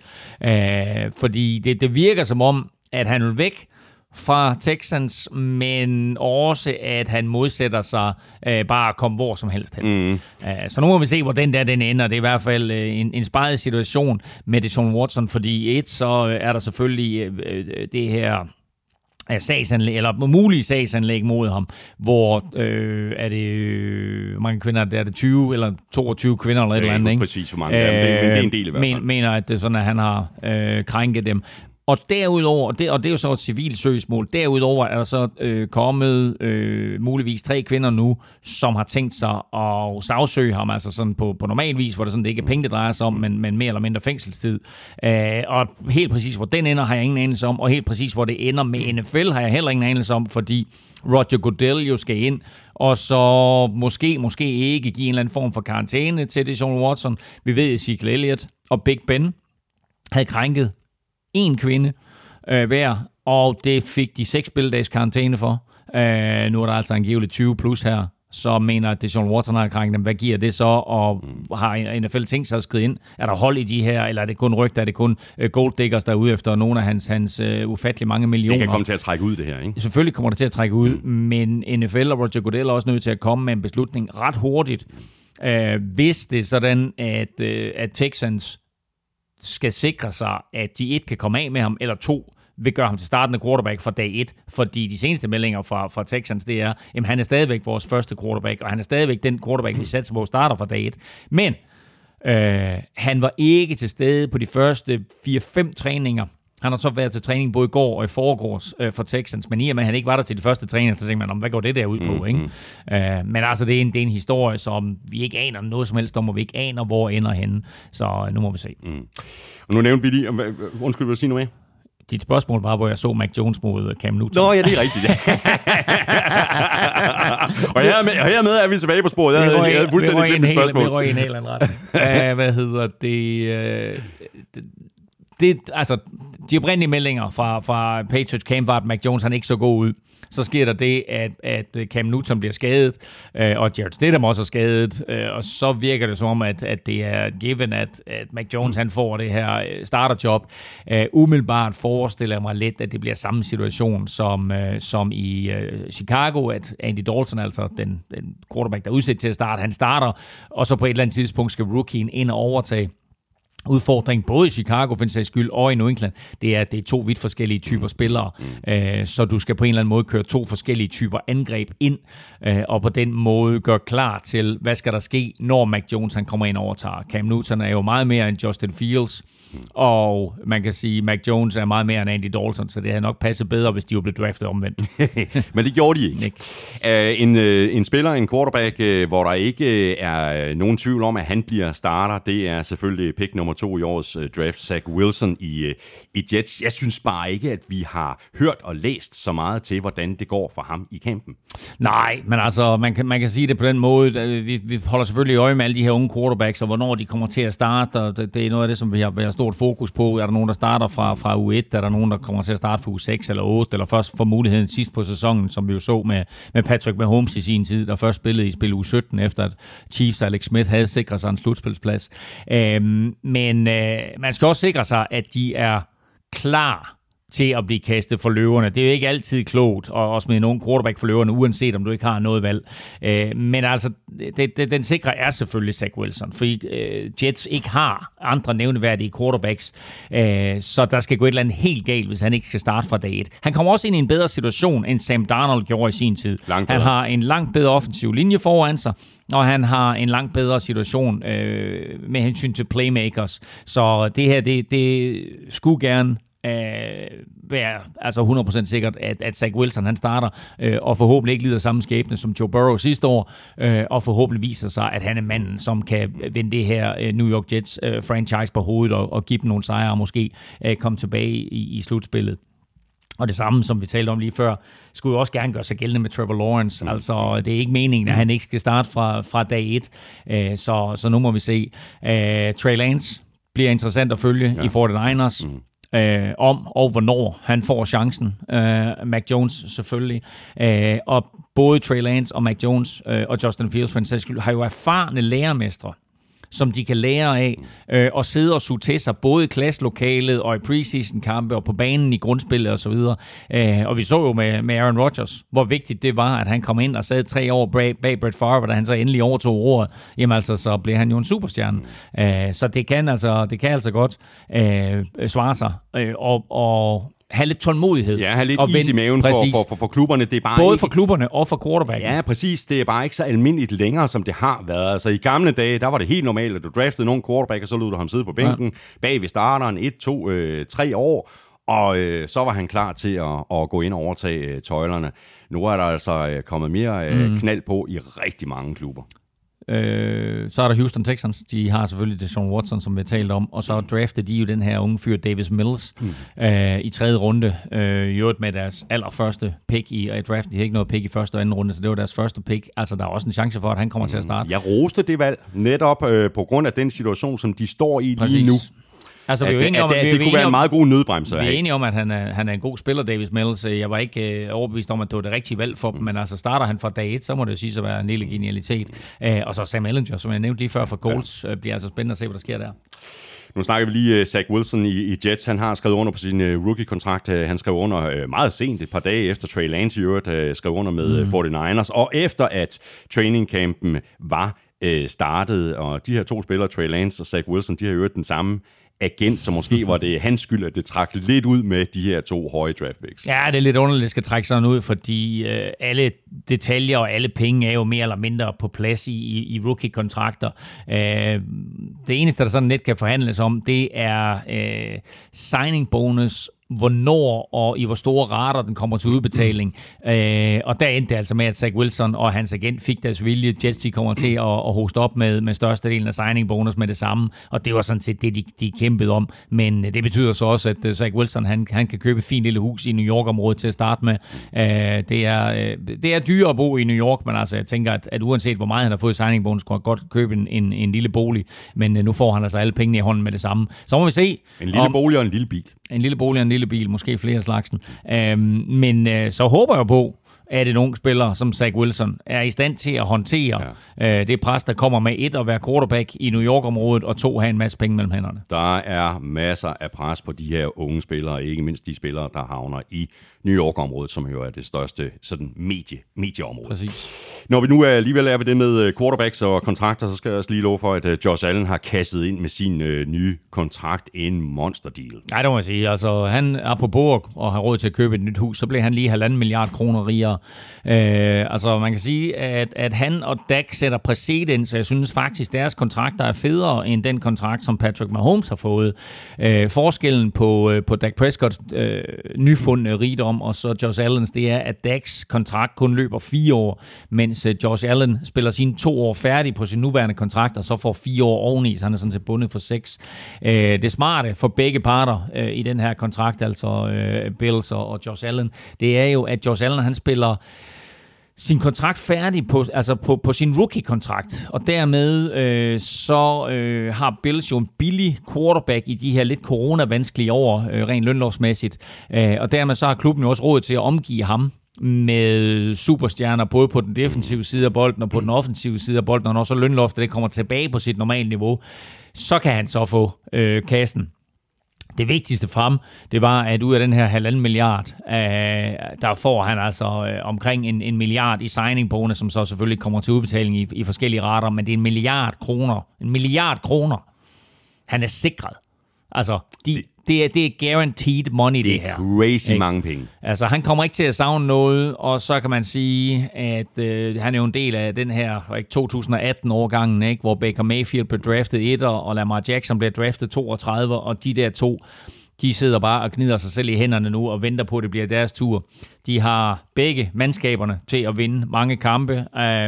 Fordi det virker som om, at han vil væk fra Texans, men også, at han modsætter sig bare at komme hvor som helst hen. Så nu må vi se, hvor den ender. Det er i hvert fald en speget situation med Deshaun Watson, fordi så er der selvfølgelig det her sagsanlæg, eller mulige sagsanlæg mod ham, hvor er det mange kvinder, der er det 20 eller 22 kvinder eller et eller andet, ikke? Præcis for mange, men det er en del i hvert fald. Mener, at det er sådan, at han har krænket dem. Og derudover, og det er jo så et civilt søgsmål, derudover er der så kommet muligvis 3 kvinder nu, som har tænkt sig at sagsøge ham, altså sådan på normal vis, hvor det sådan, det ikke er penge, det drejer sig om, men mere eller mindre fængselstid. Og helt præcis, hvor den ender, har jeg ingen anelse om, og helt præcis, hvor det ender med NFL, har jeg heller ingen anelse om, fordi Roger Goodell jo skal ind, og så måske ikke give en eller anden form for karantæne til Deshaun Watson. Vi ved, at Ezekiel Elliott og Big Ben havde krænket 1 kvinde hver, og det fik de 6 spilledags karantæne for. Nu er der altså angiveligt 20 plus her, så mener at Deshaun Watson har krænket dem. Hvad giver det så, og har NFL tænkt sig at skride ind? Er der hold i de her, eller er det kun rygter, er det kun gold diggers, der er ude efter nogle af hans ufattelig mange millioner? Det kan komme til at trække ud, det her, ikke? Selvfølgelig kommer det til at trække ud, men NFL og Roger Goodell er også nødt til at komme med en beslutning ret hurtigt. Hvis det er sådan, at Texans skal sikre sig, at de 1 kan komme af med ham, eller 2 vil gøre ham til startende quarterback fra dag 1, fordi de seneste meldinger fra Texans, det er, at han er stadigvæk vores første quarterback, og han er stadigvæk den quarterback, vi satser på starter fra dag 1. Men han var ikke til stede på de første 4-5 træninger Han har så været til træning både i går og i forgårs for Texans, men i og med, at han ikke var der til de første træninger, så tænker man, hvad går det der ud på, ikke? Men altså, det er en historie, som vi ikke aner noget som helst om, og vi ikke aner, hvor ender henne. Så nu må vi se. Og nu nævnte vi lige, undskyld, vil du sige noget mere? Dit spørgsmål var, hvor jeg så Mac Jones mod Cam Newton. Nå, ja, det er rigtigt. Og hermed er vi tilbage på sporet. Jeg havde fuldstændig glemt spørgsmål. Vi røg i en helt anden retning. Hvad hedder det? Altså, de oprindelige meldinger fra Patriots camp var, at Mac Jones han ikke så god ud. Så sker der det, at Cam Newton bliver skadet, og Jarrett Stidham også er skadet, og så virker det som om, at det er given, at Mac Jones han får det her starterjob. Umiddelbart forestiller jeg mig lidt, at det bliver samme situation som i Chicago, at Andy Dalton, altså den quarterback, der er udsat til at starte, han starter, og så på et eller andet tidspunkt skal rookien ind og overtage. Udfordring både i Chicago, for en sags skyld, og i New England, det er 2 vidt forskellige typer spillere, så du skal på en eller anden måde køre 2 forskellige typer angreb ind, og på den måde gøre klar til, hvad skal der ske, når Mac Jones han kommer ind og overtager. Cam Newton er jo meget mere end Justin Fields, og man kan sige, Mac Jones er meget mere end Andy Dalton, så det havde nok passet bedre, hvis de var blevet draftet omvendt. Men det gjorde de ikke. En spiller, en quarterback, hvor der ikke er nogen tvivl om, at han bliver starter, det er selvfølgelig pick nummer 2 i årets draft, Zach Wilson i Jets. Jeg synes bare ikke, at vi har hørt og læst så meget til, hvordan det går for ham i kampen. Nej, men altså, man kan sige det på den måde. Vi holder selvfølgelig øje med alle de her unge quarterbacks, og hvornår de kommer til at starte, og det er noget af det, som vi har stort fokus på. Er der nogen, der starter fra U1? Er der nogen, der kommer til at starte fra U6 eller 8? Eller først får muligheden sidst på sæsonen, som vi jo så med Patrick Mahomes i sin tid, der først spillede i spil U17, efter at Chiefs Alex Smith havde sikret sig en slutspilsplads. Men man skal også sikre sig, at de er klar til at blive kastet for løverne. Det er jo ikke altid klogt at smide nogen quarterback for løverne, uanset om du ikke har noget valg. Men altså, den sikre er selvfølgelig Zach Wilson, fordi Jets ikke har andre nævneværdige quarterbacks, så der skal gå et eller andet helt galt, hvis han ikke skal starte fra dag 1. Han kommer også ind i en bedre situation, end Sam Darnold gjorde i sin tid. Han har en langt bedre offensiv linje foran sig, og han har en langt bedre situation med hensyn til playmakers. Så det her, det skulle gerne være altså 100% sikkert, at Zach Wilson han starter, og forhåbentlig ikke lider samme skæbne som Joe Burrow sidste år, og forhåbentlig viser sig, at han er manden, som kan vende det her New York Jets franchise på hovedet og give dem nogle sejre og måske komme tilbage i slutspillet. Og det samme, som vi talte om lige før, skulle jo også gerne gøre sig gældende med Trevor Lawrence. Altså, det er ikke meningen, at han ikke skal starte fra dag 1. Så nu må vi se. Trey Lance bliver interessant at følge i 49ers. Om og hvornår han får chancen. Mac Jones selvfølgelig. Og både Trey Lance og Mac Jones og Justin Fields for en sags skyld har jo erfarne lærermestre, som de kan lære af og sidde og suge til sig, både i klasselokalet og i preseason-kampe og på banen i grundspillet osv. Og vi så jo med Aaron Rodgers, hvor vigtigt det var, at han kom ind og sad 3 år bag Brett Favre, da han så endelig overtog roret. Jamen altså, så blev han jo en superstjerne. Så det kan altså godt svare sig. Og have lidt tålmodighed. Ja, have lidt is i maven for klubberne. Det er bare både ikke... for klubberne og for quarterbacken. Ja, præcis. Det er bare ikke så almindeligt længere, som det har været. Altså i gamle dage, der var det helt normalt, at du draftede nogle quarterback, og så lod du ham sidde på bænken bag ved starteren 1, 2, 3 år, og så var han klar til at gå ind og overtage tøjlerne. Nu er der altså kommet mere knald på i rigtig mange klubber. Så er der Houston Texans. De har selvfølgelig Deshaun Watson, som vi har talt om, og så draftede de jo den her unge fyr Davis Mills i 3. runde, i øvrigt med deres allerførste pick i draften. De har ikke noget pick i første og anden runde, så det var deres første pick. Altså, der er også en chance for, at han kommer til at starte. Jeg roste det valg netop på grund af den situation, som de står i lige nu. Altså, det kunne være en meget god nødbremse. Vi er enige om, at han er en god spiller, Davis Mills. Jeg var ikke overbevist om, at det var det rigtige valg for dem, men altså starter han fra dag 1, så må det jo sige at være en lille genialitet. Og så Sam Ehlinger, som jeg nævnte lige før for Colts, bliver altså spændende at se, hvad der sker der. Nu snakker vi lige Zach Wilson i Jets. Han har skrevet under på sin rookie-kontrakt. Han skrev under meget sent, et par dage efter Trey Lance i øvrigt skrev under med 49ers. Og efter at trainingcampen var startet, og de her 2 spillere, Trey Lance og Zach Wilson, de har jo den samme agent, så måske var det hans skyld, at det trak lidt ud med de her 2 høje draft picks. Ja, det er lidt underligt, at det skal trække sådan ud, fordi alle detaljer og alle penge er jo mere eller mindre på plads i rookie-kontrakter. Det eneste, der sådan lidt kan forhandles om, det er signing bonus, hvornår og i hvor store rater den kommer til udbetaling. Og der endte det altså med, at Zach Wilson og hans agent fik deres vilje. Jets, de kommer til at hoste op med størstedelen af signing bonus med det samme, og det var sådan set det, de kæmpede om. Men det betyder så også, at Zach Wilson, han kan købe et fint lille hus i New York-området til at starte med. Det er dyrt at bo i New York, men altså jeg tænker, at uanset hvor meget han har fået signing bonus, kunne han godt købe en lille bolig, men nu får han altså alle pengene i hånden med det samme. Så må vi se. En lille bolig og en lille bil. En lille bolig og en lille bil, måske flere slagsen. Men så håber jeg på, at en ung spiller som Zach Wilson er i stand til at håndtere det pres, der kommer med 1 at være quarterback i New York-området, og 2 have en masse penge mellem hænderne. Der er masser af pres på de her unge spillere, ikke mindst de spillere, der havner i New York-området, som jo er det største sådan medieområde. Præcis. Når vi nu alligevel er ved det med quarterbacks og kontrakter, så skal jeg også lige love for, at Josh Allen har kasset ind med sin nye kontrakt, en monster deal. Nej, det må jeg sige. Altså, han er på bord og har råd til at købe et nyt hus, så blev han lige 1,5 milliard kroner rigere. Altså, man kan sige, at han og Dak sætter præcedens, så jeg synes faktisk, deres kontrakter er federe end den kontrakt, som Patrick Mahomes har fået. Forskellen på Dak Prescotts nyfundne rigdom og så Josh Allens, det er, at Daks kontrakt kun løber 4 år, mens Josh Allen spiller sine 2 år færdig på sin nuværende kontrakt, og så får 4 år oveni, så han er sådan set bundet for 6. Det smarte for begge parter i den her kontrakt, altså Bills og Josh Allen, det er jo, at Josh Allen, han spiller sin kontrakt færdig på sin rookie-kontrakt, og dermed har Bills jo en billig quarterback i de her lidt corona-vanskelige år, rent lønlovsmæssigt, og dermed så har klubben jo også råd til at omgive ham med superstjerner, både på den defensive side af bolden og på den offensive side af bolden, og når så lønloftet det kommer tilbage på sit normale niveau, så kan han så få kassen. Det vigtigste for ham, det var, at ud af den her 1,5 milliard, der får han altså omkring en milliard i signing bonus, som så selvfølgelig kommer til udbetaling i forskellige rater, men det er 1 milliard kroner. 1 milliard kroner. Han er sikret. Altså, det er guaranteed money, det her. Det er crazy mange penge. Altså, han kommer ikke til at savne noget, og så kan man sige, at han er jo en del af den her 2018-årgangen, ikke, hvor Baker Mayfield blev draftet 1, og Lamar Jackson blev draftet 32, og de der 2, de sidder bare og gnider sig selv i hænderne nu og venter på, at det bliver deres tur. De har begge mandskaberne til at vinde mange kampe,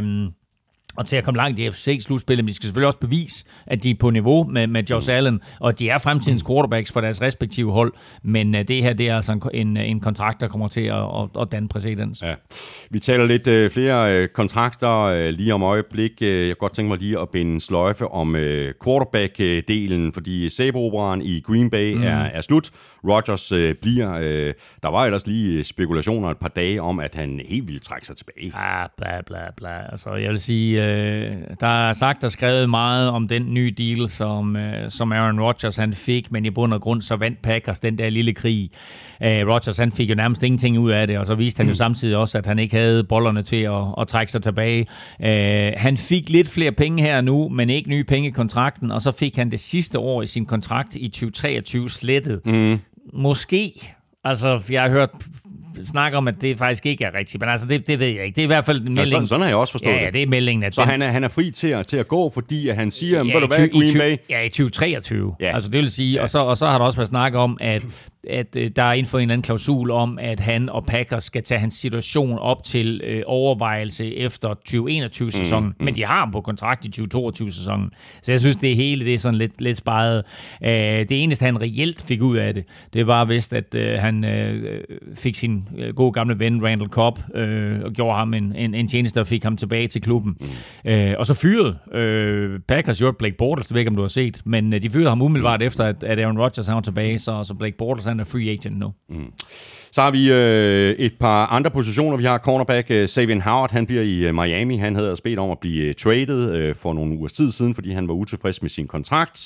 og til at komme langt i FC-slutspillet, men de skal selvfølgelig også bevise, at de er på niveau med Josh Allen, og de er fremtidens quarterbacks for deres respektive hold, men det her, det er altså en kontrakt, der kommer til at danne præcedens. Ja. Vi taler lidt flere kontrakter lige om øjeblik. Jeg kunne godt tænke mig lige at binde en sløjfe om quarterback-delen, fordi sæbeoperaen i Green Bay er slut. Rodgers bliver. Der var ellers lige spekulationer et par dage om, at han helt ville trække sig tilbage. Bla, bla, bla. Altså, jeg vil sige, der er sagt og skrevet meget om den nye deal, som Aaron Rodgers han fik, men i bund og grund så vandt Packers den der lille krig. Rodgers han fik jo nærmest ingenting ud af det, og så viste han jo samtidig også, at han ikke havde bollerne til at trække sig tilbage. Han fik lidt flere penge her nu, men ikke nye penge i kontrakten, og så fik han det sidste år i sin kontrakt i 2023 slettet. Måske. Altså, jeg har hørt snakke om, at det faktisk ikke er rigtigt, men altså, det ved jeg ikke. Det er i hvert fald en melding. Sådan har jeg også forstået det. Ja, det er meldingen. Så han er fri til at gå, fordi at han siger, hvad du hvad, Green Bay? Ja, i 2023. Ja. Altså, det vil sige, og så har der også været snak om, at der er indført en eller anden klausul om, at han og Packers skal tage hans situation op til overvejelse efter 2021-sæsonen, men de har ham på kontrakt i 2022-sæsonen. Så jeg synes, det hele det er sådan lidt sparet. Det eneste, han reelt fik ud af det var vist, at han fik sin gode gamle ven Randall Cobb og gjorde ham en tjeneste og fik ham tilbage til klubben. Og så fyrede Packers jo Blake Bortles, det ved ikke, om du har set, men de fyrede ham umiddelbart efter, at Aaron Rodgers var tilbage, så Blake Bortles er free agent nu. Så har vi et par andre positioner. Vi har cornerback Xavier Howard. Han bliver i Miami. Han havde bedt om at blive traded for nogle ugers tid siden, fordi han var utilfreds med sin kontrakt.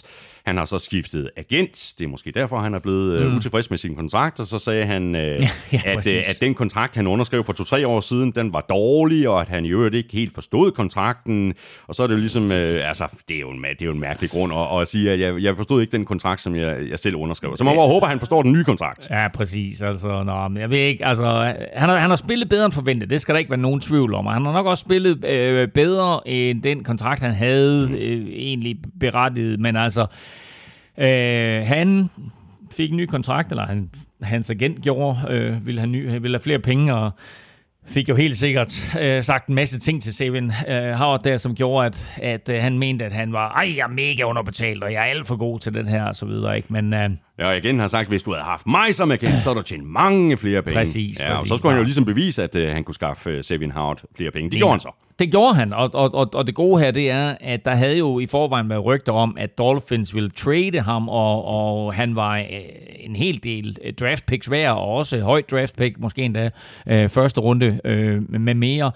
Han har så skiftet agent. Det er måske derfor, han er blevet utilfreds med sin kontrakt. Og så sagde han, at den kontrakt, han underskrev for 2-3 år siden, den var dårlig, og at han i øvrigt ikke helt forstod kontrakten. Og så er det jo ligesom, det er jo en mærkelig grund at sige, at jeg forstod ikke den kontrakt, som jeg selv underskrev. Så man må håbe, at han forstår den nye kontrakt. Ja, præcis. Altså, jeg ved ikke, altså, han har spillet bedre end forventet. Det skal der ikke være nogen tvivl om. Han har nok også spillet bedre end den kontrakt, han havde egentlig berettiget. Men altså, han fik en ny kontrakt, eller hans agent gjorde, ville have flere penge, og fik jo helt sikkert sagt en masse ting til Xavier Howard der, som gjorde, at han mente, at han var, jeg er mega underbetalt, og jeg er alt for god til den her, og så videre, ikke? Men ja, og igen har sagt, hvis du havde haft mig som agent, så er der tjent mange flere penge. Præcis. Og så skulle han jo ligesom bevise, at han kunne skaffe Xavier Howard flere penge. Det gjorde han så. Det gjorde han, og det gode her, det er, at der havde jo i forvejen været rygter om, at Dolphins ville trade ham, og han var en hel del draft picks værd, og også højt draft pick, måske endda første runde med mere.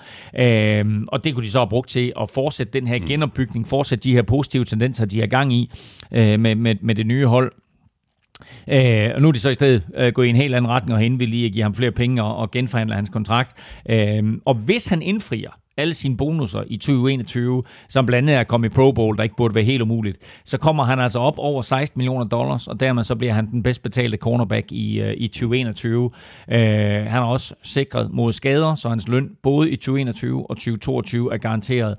Og det kunne de så have brugt til at fortsætte den her genopbygning, fortsætte de her positive tendenser, de er gang i med det nye hold. Og nu er de så i stedet gået i en helt anden retning, og vil lige give ham flere penge og genforhandle hans kontrakt. Og hvis han indfrier alle sine bonusser i 2021, som blandt andet er kommet i Pro Bowl, der ikke burde være helt umuligt, så kommer han altså op over $16 million, og dermed så bliver han den bedst betalte cornerback i 2021. Han har også sikret mod skader, så hans løn både i 2021 og 2022 er garanteret,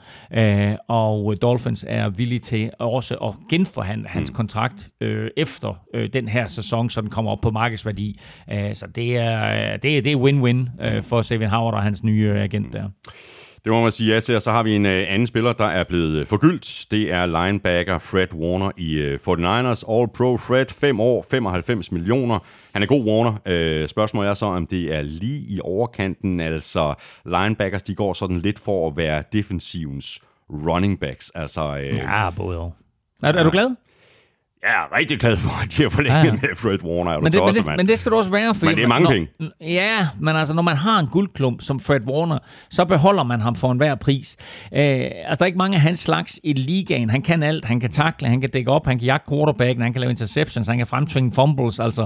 og Dolphins er villige til også at genforhandle hans kontrakt efter den her sæson, så den kommer op på markedsværdi. Så det er win-win for Xavier Howard og hans nye agent der. Det må man sige ja til, og så har vi en anden spiller, der er blevet forgyldt. Det er linebacker Fred Warner i 49ers. All-Pro Fred, 5 år, 95 millioner. Han er god, Warner. Spørgsmålet er så, om det er lige i overkanten. Altså, linebackers, de går sådan lidt for at være defensivens running backs. Altså, ja, både og. Er du glad? Jeg er rigtig glad for, at de har forlænget med Fred Warner. Men det skal du også være. Men det er mange penge. Ja, men altså, når man har en guldklump som Fred Warner, så beholder man ham for enhver pris. Altså, der er ikke mange af hans slags i ligaen. Han kan alt. Han kan takle, han kan dække op, han kan jagte quarterbacken, han kan lave interceptions, han kan fremtvinge fumbles. Altså,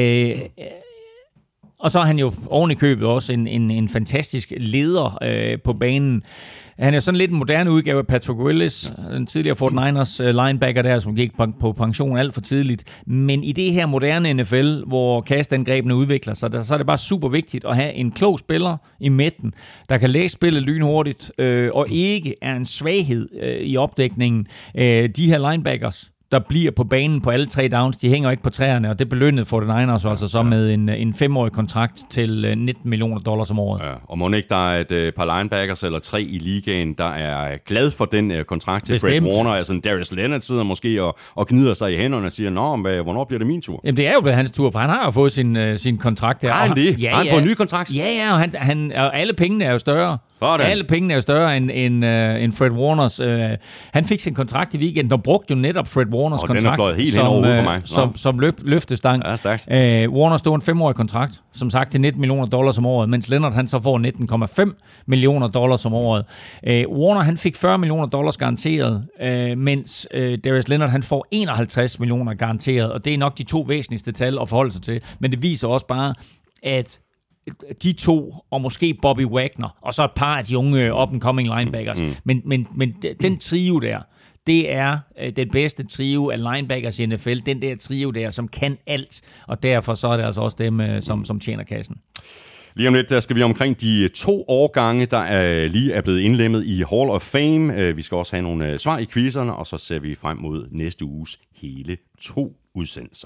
og så er han jo oven i købet også en fantastisk leder på banen. Han er sådan lidt en moderne udgave af Patrick Willis, den tidligere 49ers linebacker der, som gik på pension alt for tidligt. Men i det her moderne NFL, hvor kastangrebene udvikler sig, så er det bare super vigtigt at have en klog spiller i midten, der kan læse spillet lynhurtigt, og ikke er en svaghed i opdækningen. De her linebackers, der bliver på banen på alle 3 downs, de hænger ikke på træerne, og det belønnede 49ers altså så med en 5-årig kontrakt til $19 million om året. Ja, og må ikke der er et par linebackers eller 3 i ligaen, der er glad for den kontrakt til Fred Warner. Altså Darius Leonard sidder måske og gnider sig i hænderne og siger, hvornår bliver det min tur? Jamen det er jo blevet hans tur, for han har jo fået sin kontrakt der. Har han det? Har han fået en ny kontrakt? Ja, og alle pengene er jo større. Sådan. Alle pengene er jo større end Fred Warners. Han fik sin kontrakt i weekenden og brugte jo netop Fred Warners kontrakt. Den er fløjet helt hen over hovedet på mig. Som løftestang. Ja, stærkt. Warner stod en 5-årig kontrakt, som sagt til $19 million om året, mens Leonard han så får $19,5 million om året. Warner han fik $40 million garanteret, mens Darius Leonard han får 51 millioner garanteret, og det er nok de 2 væsentligste tal at forholde sig til. Men det viser også bare, at de 2, og måske Bobby Wagner, og så et par af de unge up-and-coming linebackers. Men den trio der, det er den bedste trio af linebackers i NFL. Den der trio der, som kan alt, og derfor så er det altså også dem, som tjener kassen. Lige om lidt, der skal vi omkring de 2 årgange, der lige er blevet indlemmet i Hall of Fame. Vi skal også have nogle svar i quizerne, og så ser vi frem mod næste uges hele 2 udsendelser.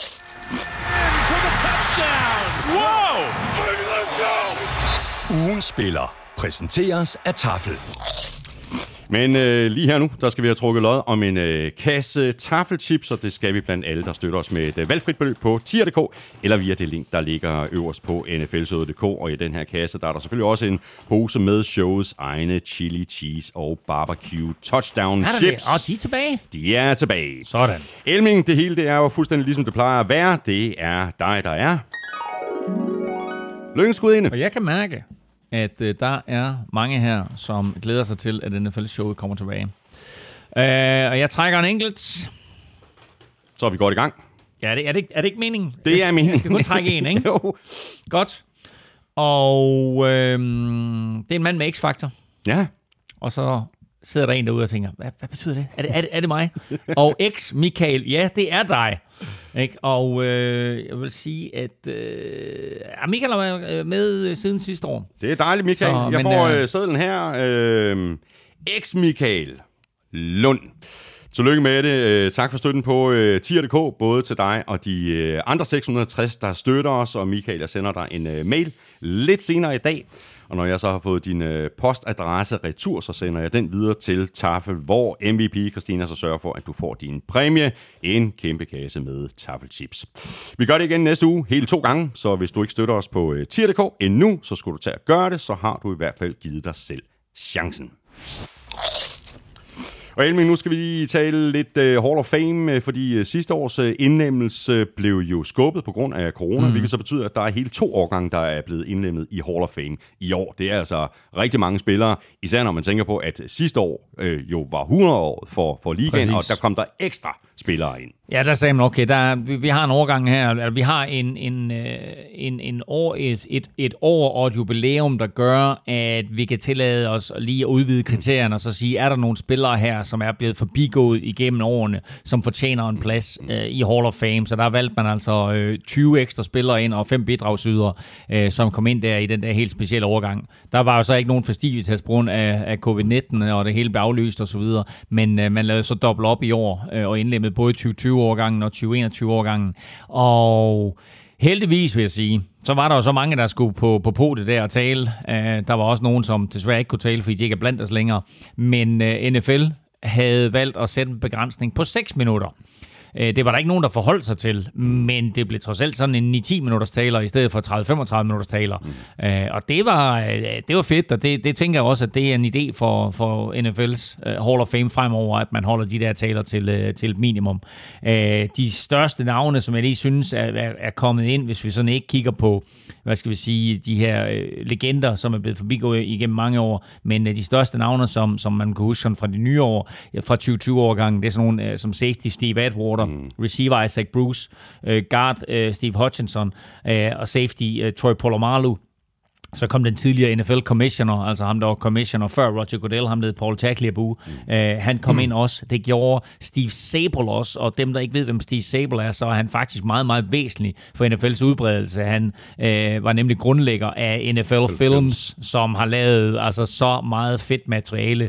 Wow! Ugens spiller præsenteres af Tafel. Men lige her nu, der skal vi have trukket lod om en kasse taffelchips, og det skal vi blandt alle, der støtter os med et valgfrit beløb på tier.dk, eller via det link, der ligger øverst på nflsøde.dk. Og i den her kasse, der er der selvfølgelig også en pose med showets egne chili, cheese og barbecue touchdown chips. Og de er tilbage. De er tilbage. Sådan. Elming, det hele det er jo fuldstændig ligesom det plejer at være. Det er dig, der er lykkenskud. Og jeg kan mærke, at der er mange her, som glæder sig til, at NFL-showet kommer tilbage. Og jeg trækker en enkelt. Så er vi godt i gang. Ja, er det ikke meningen? Det er meningen. Jeg skal kun trække en, ikke? Jo. Godt. Og det er en mand med X-faktor. Ja. Og så sidder der en derude og tænker, hvad betyder det? Er det mig? Og Michael, ja, det er dig. Ikke? Og jeg vil sige, at Michael har været med siden sidste år. Det er dejligt, Michael. Jeg får sedlen her. Michael Lund. Tillykke med det. Tak for støtten på tier.dk, både til dig og de andre 660, der støtter os. Og Michael, jeg sender dig en mail lidt senere i dag. Og når jeg så har fået din postadresse retur, så sender jeg den videre til Tafel, hvor MVP Christina så sørger for, at du får din præmie. En kæmpe kasse med taffelchips. Vi gør det igen næste uge, hele 2 gange. Så hvis du ikke støtter os på tier.dk endnu, så skulle du tage at gøre det. Så har du i hvert fald givet dig selv chancen. Og Elming, nu skal vi lige tale lidt Hall of Fame, fordi sidste års indlemmelse blev jo skubbet på grund af corona, hvilket så betyder, at der er hele 2 årgange, der er blevet indlemmet i Hall of Fame i år. Det er altså rigtig mange spillere, især når man tænker på, at sidste år jo var 100-året for ligaen, og der kom der ekstra spillere ind. Ja, der sagde man, okay, vi har en årgang her, vi har et år og et jubilæum, der gør, at vi kan tillade os lige at udvide kriterierne, og så sige, er der nogle spillere her, som er blevet forbigået igennem årene, som fortjener en plads i Hall of Fame. Så der valgte man altså 20 ekstra spillere ind, og 5 bidragsydere, som kom ind der i den der helt specielle overgang. Der var jo så ikke nogen festivitas på grund af covid-19, og det hele blev aflyst og så videre, men man lavede så dobbelt op i år, og indlemmede både 2020-årgangen og 2021-årgangen. Og heldigvis, vil jeg sige, så var der jo så mange, der skulle på podiet der og tale. Der var også nogen, som desværre ikke kunne tale, fordi de ikke er blandt os længere. Men NFL havde valgt at sætte en begrænsning på 6 minutter. Det var der ikke nogen, der forholdt sig til, men det blev trods alt sådan en 9-10 minutters taler i stedet for 30-35 minutters taler. Og det var fedt, og det tænker jeg også, at det er en idé for NFL's Hall of Fame fremover, at man holder de der taler til et minimum. De største navne, som jeg lige synes er kommet ind, hvis vi sådan ikke kigger på, hvad skal vi sige, de her legender, som er blevet forbigået igennem mange år, men de største navne, som man kan huske fra de nye år, fra 2020-årgangen, det er sådan nogle som safety Steve Atwater, receiver Isaac Bruce, guard Steve Hutchinson og safety Troy Polamalu. Så kom den tidligere NFL-commissioner, altså ham, der var commissioner før Roger Goodell, ham hed Paul Tagliabue. Han kom ind også. Det gjorde Steve Sabol også, og dem, der ikke ved, hvem Steve Sabol er, så er han faktisk meget, meget væsentlig for NFL's udbredelse. Han var nemlig grundlægger af NFL Films, som har lavet altså så meget fedt materiale.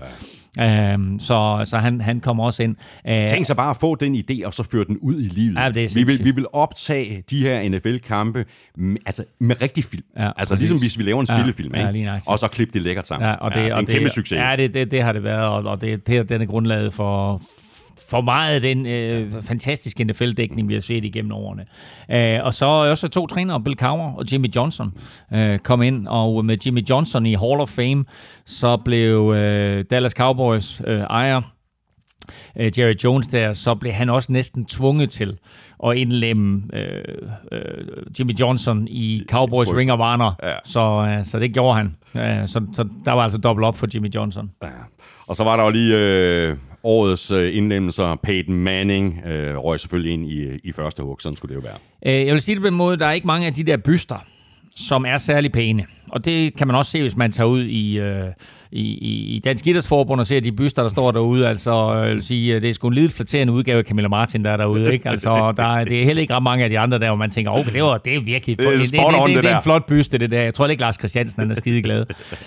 Så han kommer også ind. Tænk så bare at få den idé, og så føre den ud i livet. Ja, vi vil optage de her NFL-kampe med rigtig film. Ja, altså ligesom hvis vi laver en spillefilm, og så klippe det lækkert sammen. Ja, og det er en kæmpe succes. Ja, det har det været, og det er grundlaget for meget af den fantastiske NFL-dækning, vi har set igennem årene. Og så også 2 trænere, Bill Cowher og Jimmy Johnson, kom ind. Og med Jimmy Johnson i Hall of Fame, så blev Dallas Cowboys ejer Jerry Jones der, så blev han også næsten tvunget til at indlemme Jimmy Johnson i Cowboys Ring of Honor. Ja. Så det gjorde han. Så der var altså dobbelt op for Jimmy Johnson. Ja. Og så var der jo lige årets indlemmelser. Peyton Manning røg selvfølgelig ind i første hug. Sådan skulle det jo være. Jeg vil sige det på den måde, der er ikke mange af de der byster, som er særlig pæne. Og det kan man også se, hvis man tager ud i Dansk Idrætsforbund og ser de byster, der står derude. Altså, jeg vil sige, det er sgu en lidt flatterende udgave af Camilla Martin, der er derude. Ikke? Altså, det er heller ikke ret mange af de andre der, hvor man tænker, okay, det er virkelig det er en flot byste, det der. Jeg tror ikke, Lars Christiansen han er skideglad.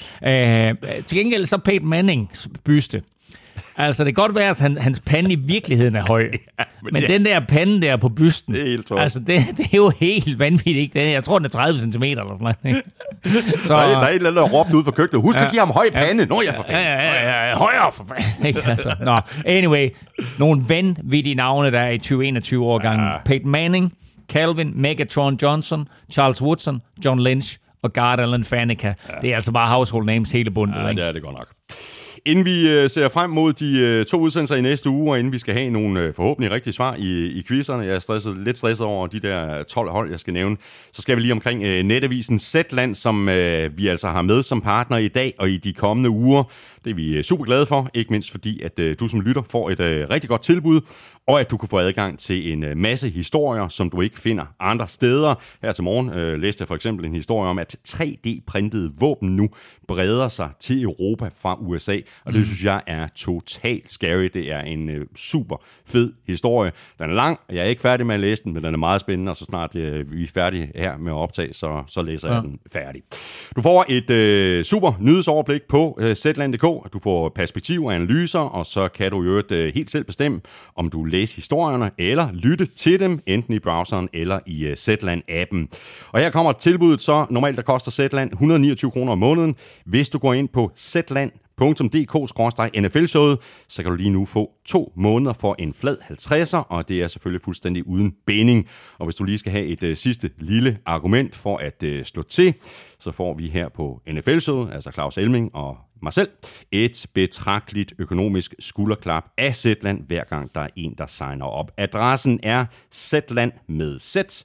Til gengæld så Peyton Mannings byste. Altså, det kan godt være, at hans pande i virkeligheden er høj. Men den der pande der på bysten, det er helt top. Altså, det er jo helt vanvittigt. Jeg tror, den er 30 cm eller sådan noget. Så, der er et eller andet, der råbt ud fra køkkenet. Husk at give ham høj pande. Nå, jeg for fanden. Ja, højere for fanden. Altså, nå, anyway. Nogle vanvittige navne, der er i 2021-årgangen. Peyton Manning, Calvin, Megatron Johnson, Charles Woodson, John Lynch og guard Alan Faneca. Det er altså bare household names hele bundet. Ja, det er det godt nok. Inden vi ser frem mod de 2 udsendelser i næste uge, og inden vi skal have nogle forhåbentlig rigtige svar i quizzerne, jeg er lidt stresset over de der 12 hold, jeg skal nævne, så skal vi lige omkring netavisen Zetland, som vi altså har med som partner i dag og i de kommende uger. Det er vi super glade for, ikke mindst fordi, at du som lytter får et rigtig godt tilbud, og at du kan få adgang til en masse historier, som du ikke finder andre steder. Her til morgen læste jeg for eksempel en historie om, at 3D-printede våben nu breder sig til Europa fra USA, og det synes jeg er totalt scary. Det er en super fed historie. Den er lang, jeg er ikke færdig med at læse den, men den er meget spændende, og så snart vi er færdige her med at optage, så læser jeg den færdig. Du får et super nyhedsoverblik på Zetland.dk. Du får perspektiv og analyser, og så kan du jo helt selv bestemme, om du læser historierne eller lytte til dem, enten i browseren eller i Zetland-appen. Og her kommer tilbuddet så. Normalt der koster Zetland 129 kroner om måneden. Hvis du går ind på zetland.dk/NFL-showet, så kan du lige nu få 2 måneder for en flad 50'er, og det er selvfølgelig fuldstændig uden binding. Og hvis du lige skal have et sidste lille argument for at slå til, så får vi her på NFL-showet, altså Claus Elming og mig selv, et betragteligt økonomisk skulderklap af Zetland, hver gang der er en, der signer op. Adressen er zetland med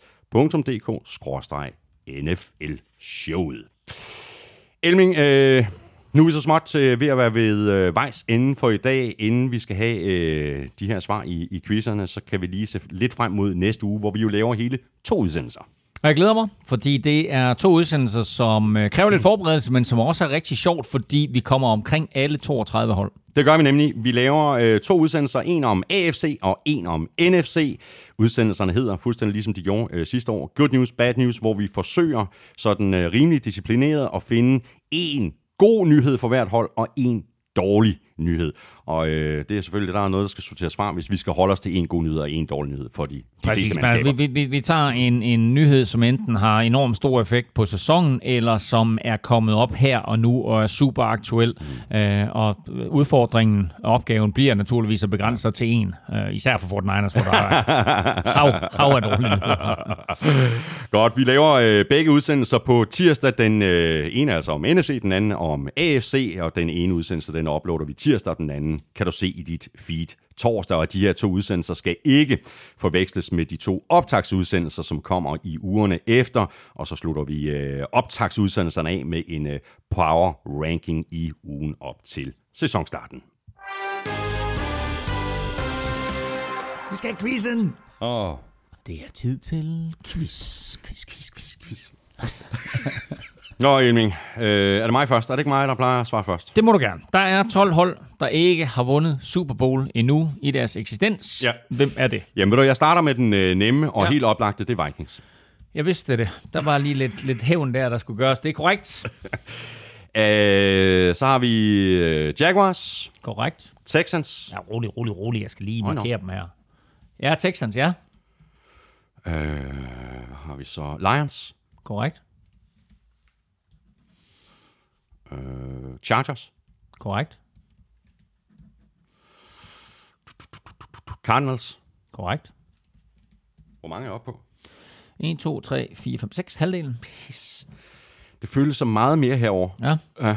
z.dk/NFL-showet. Elming, nu er vi så småt ved at være ved vejs enden for i dag. Inden vi skal have de her svar i quizzerne, så kan vi lige se lidt frem mod næste uge, hvor vi jo laver hele 2 udsendelser. Og jeg glæder mig, fordi det er 2 udsendelser, som kræver lidt forberedelse, men som også er rigtig sjovt, fordi vi kommer omkring alle 32 hold. Det gør vi nemlig. Vi laver 2 udsendelser, en om AFC og en om NFC. Udsendelserne hedder, fuldstændig ligesom de gjorde sidste år, Good News, Bad News, hvor vi forsøger sådan rimelig disciplineret at finde en god nyhed for hvert hold og en dårlig nyhed. Og det er selvfølgelig, der er noget, der skal sorteres fra, hvis vi skal holde os til en god nyhed og en dårlig nyhed for de fleste mandskaber. Vi tager en nyhed, som enten har enormt stor effekt på sæsonen, eller som er kommet op her og nu og er super aktuel. Og udfordringen og opgaven bliver naturligvis at begrænse sig til en. Især for 49ers, hvor der er hav af dårlige nyheder. Godt, vi laver begge udsendelser på tirsdag. Den ene er altså om NFC, den anden om AFC, og den ene udsendelse, den uploader vi tirsdag, og den anden kan du se i dit feed torsdag, og de her 2 udsendelser skal ikke forveksles med de 2 optagsudsendelser, som kommer i ugerne efter, og så slutter vi optagsudsendelserne af med en power ranking i ugen op til sæsonstarten. Vi skal have quizzen! Det er tid til quiz. Nå, Elming, er det mig først? Er det ikke mig, der plejer at svare først? Det må du gerne. Der er 12 hold, der ikke har vundet Super Bowl endnu i deres eksistens. Ja. Hvem er det? Jamen, jeg starter med den nemme og helt oplagte, det er Vikings. Jeg vidste det. Der var lige lidt hævn der skulle gøres. Det er korrekt. Så har vi Jaguars. Korrekt. Texans. Ja, rolig. Jeg skal lige markere dem her. Ja, Texans, ja. Har vi så Lions. Korrekt. Chargers. Korrekt. Cardinals. Korrekt. Hvor mange er oppe på? 1, 2, 3, 4, 5, 6. Halvdelen. Pis. Det føles som meget mere herover. Ja.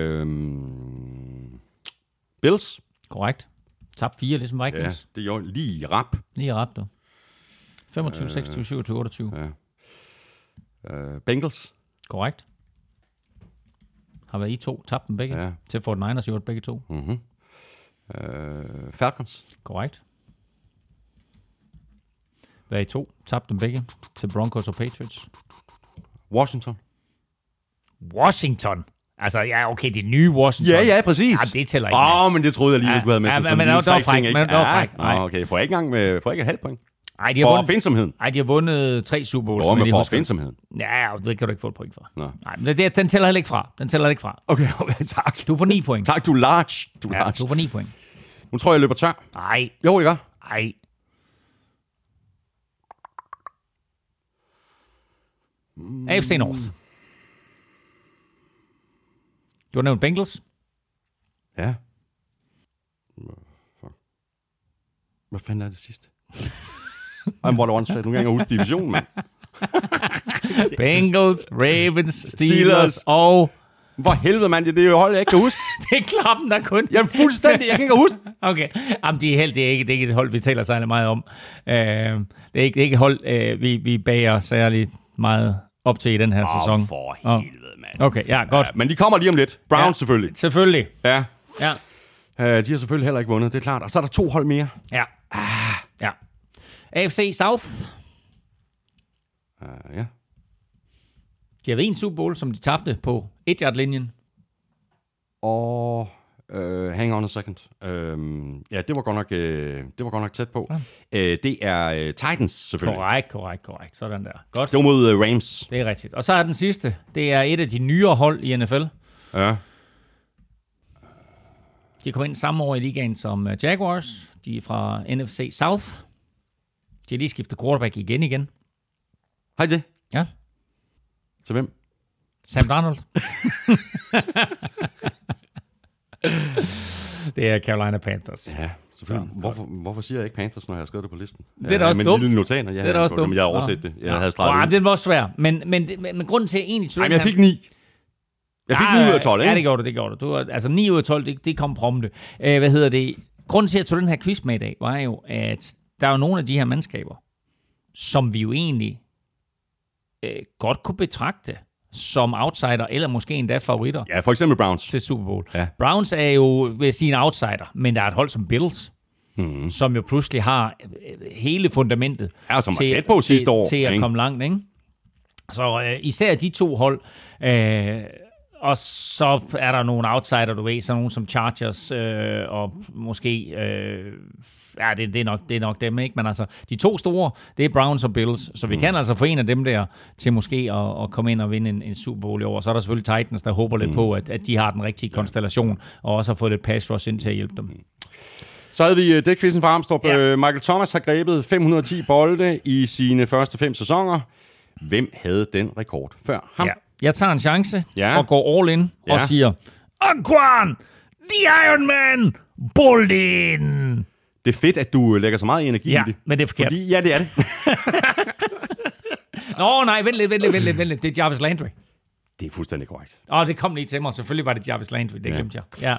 Bills. Korrekt. Tab 4, ligesom Vikings. Ja, det er jo lige rap. Lige ret, du. 25, 26, 27, 28. Ja. Bengals. Korrekt. Har været I 2. Tabte dem begge. Ja. Til 49ers gjort begge 2. Mm-hmm. Falcons. Korrekt. Været I 2. Tabte dem begge. Til Broncos og Patriots. Washington. Altså, ja, okay, det nye Washington. Ja, præcis. Ja, det tæller ikke. Men det troede jeg lige, du havde med sig. Men det var fræk. Okay, får jeg ikke et halvt point? Ej, de har vundet finsomheden. Nej, de har vundet 3 Super Bowls. Men for finsomheden. Ja, det kan du ikke få et point for. Nå. Nej, men den tæller heller ikke fra. Okay, tak. Du er på 9 point. Tak, du er large. Du er på 9 point. Nu tror jeg løber tør. Nej. Jo, jeg gør. Nej. AFC North. Du har nævnt Bengals. Ja. Hvad fanden er det sidste? Hvor er det åndssvagt. Nu kan jeg ikke huske divisionen, mand. Bengals, Ravens, Steelers og Hvor helvede, mand. Det er jo hold, jeg ikke kan huske. Det er Klappen, der kun... Jeg er fuldstændig, jeg kan ikke huske. Okay. Jamen, det er ikke et hold, vi taler særlig meget om. Det er ikke et hold, vi bager særlig meget op til i den her sæson. For helvede, mand. Okay, ja, godt. Ja, men de kommer lige om lidt. Browns selvfølgelig. Selvfølgelig. Ja. Ja. De har selvfølgelig heller ikke vundet, det er klart. Og så er der 2 hold mere. Ja. Ja. AFC South. Ja. De har været en Super Bowl, som de tabte på 1-yard-linjen. Og hang on a second. Ja, det var godt nok tæt på. Ja. Det er Titans, selvfølgelig. Korrekt. Sådan der. Godt. Det var mod Rams. Det er rigtigt. Og så er den sidste. Det er et af de nyere hold i NFL. Ja. De kom ind samme år i ligaen som Jaguars. De er fra NFC South. De har lige skiftet quarterback igen. Hej det. Ja. Til hvem? Sam Darnold. Det er Carolina Panthers. Ja, selvfølgelig. Hvorfor siger jeg ikke Panthers, når jeg har skrevet det på listen? Det er da også dumt. Lille notater. Det er da også dumt. Jeg havde overset det. Jeg havde streget ud. Det var svært. Men grunden til, at jeg egentlig... Nej, men jeg fik 9. Jeg fik 9 ud af 12, ikke? Ja, det gjorde du. Altså 9 ud af 12, det kom prompte. Grunden til, at jeg tog den her quiz med i dag, var jo, at der er jo nogle af de her mandskaber, som vi jo egentlig godt kunne betragte som outsider, eller måske endda favoritter. Ja, for eksempel Browns. Til Super Bowl. Ja. Browns er jo, vil jeg sige, en outsider, men der er et hold som Bills, som jo pludselig har hele fundamentet som var tæt på sidste år. Til at komme langt, ikke? Så især de 2 hold, og så er der nogle outsider, du ved, så nogle som Chargers, og måske, det er nok dem, ikke? Men altså, de 2 store, det er Browns og Bills, så vi kan altså få en af dem der til måske at komme ind og vinde en Super Bowl i år. Så er der selvfølgelig Titans, der håber lidt på, at de har den rigtige konstellation, og også har fået lidt pass rush ind til at hjælpe dem. Så havde vi dækquizzen fra Armstrong. Ja. Michael Thomas har grebet 510 bolde i sine første 5 sæsoner. Hvem havde den rekord før ham? Ja. Jeg tager en chance og går all in og siger, Anquan, the Iron Man, Bolden. Det er fedt, at du lægger så meget energi i det. Men det er forkert. Fordi, det er det. Nå, nej, vent lidt. Det er Jarvis Landry. Det er fuldstændig korrekt. Det kom lige til mig. Selvfølgelig var det Jarvis Landry, det glemte jeg. Ja.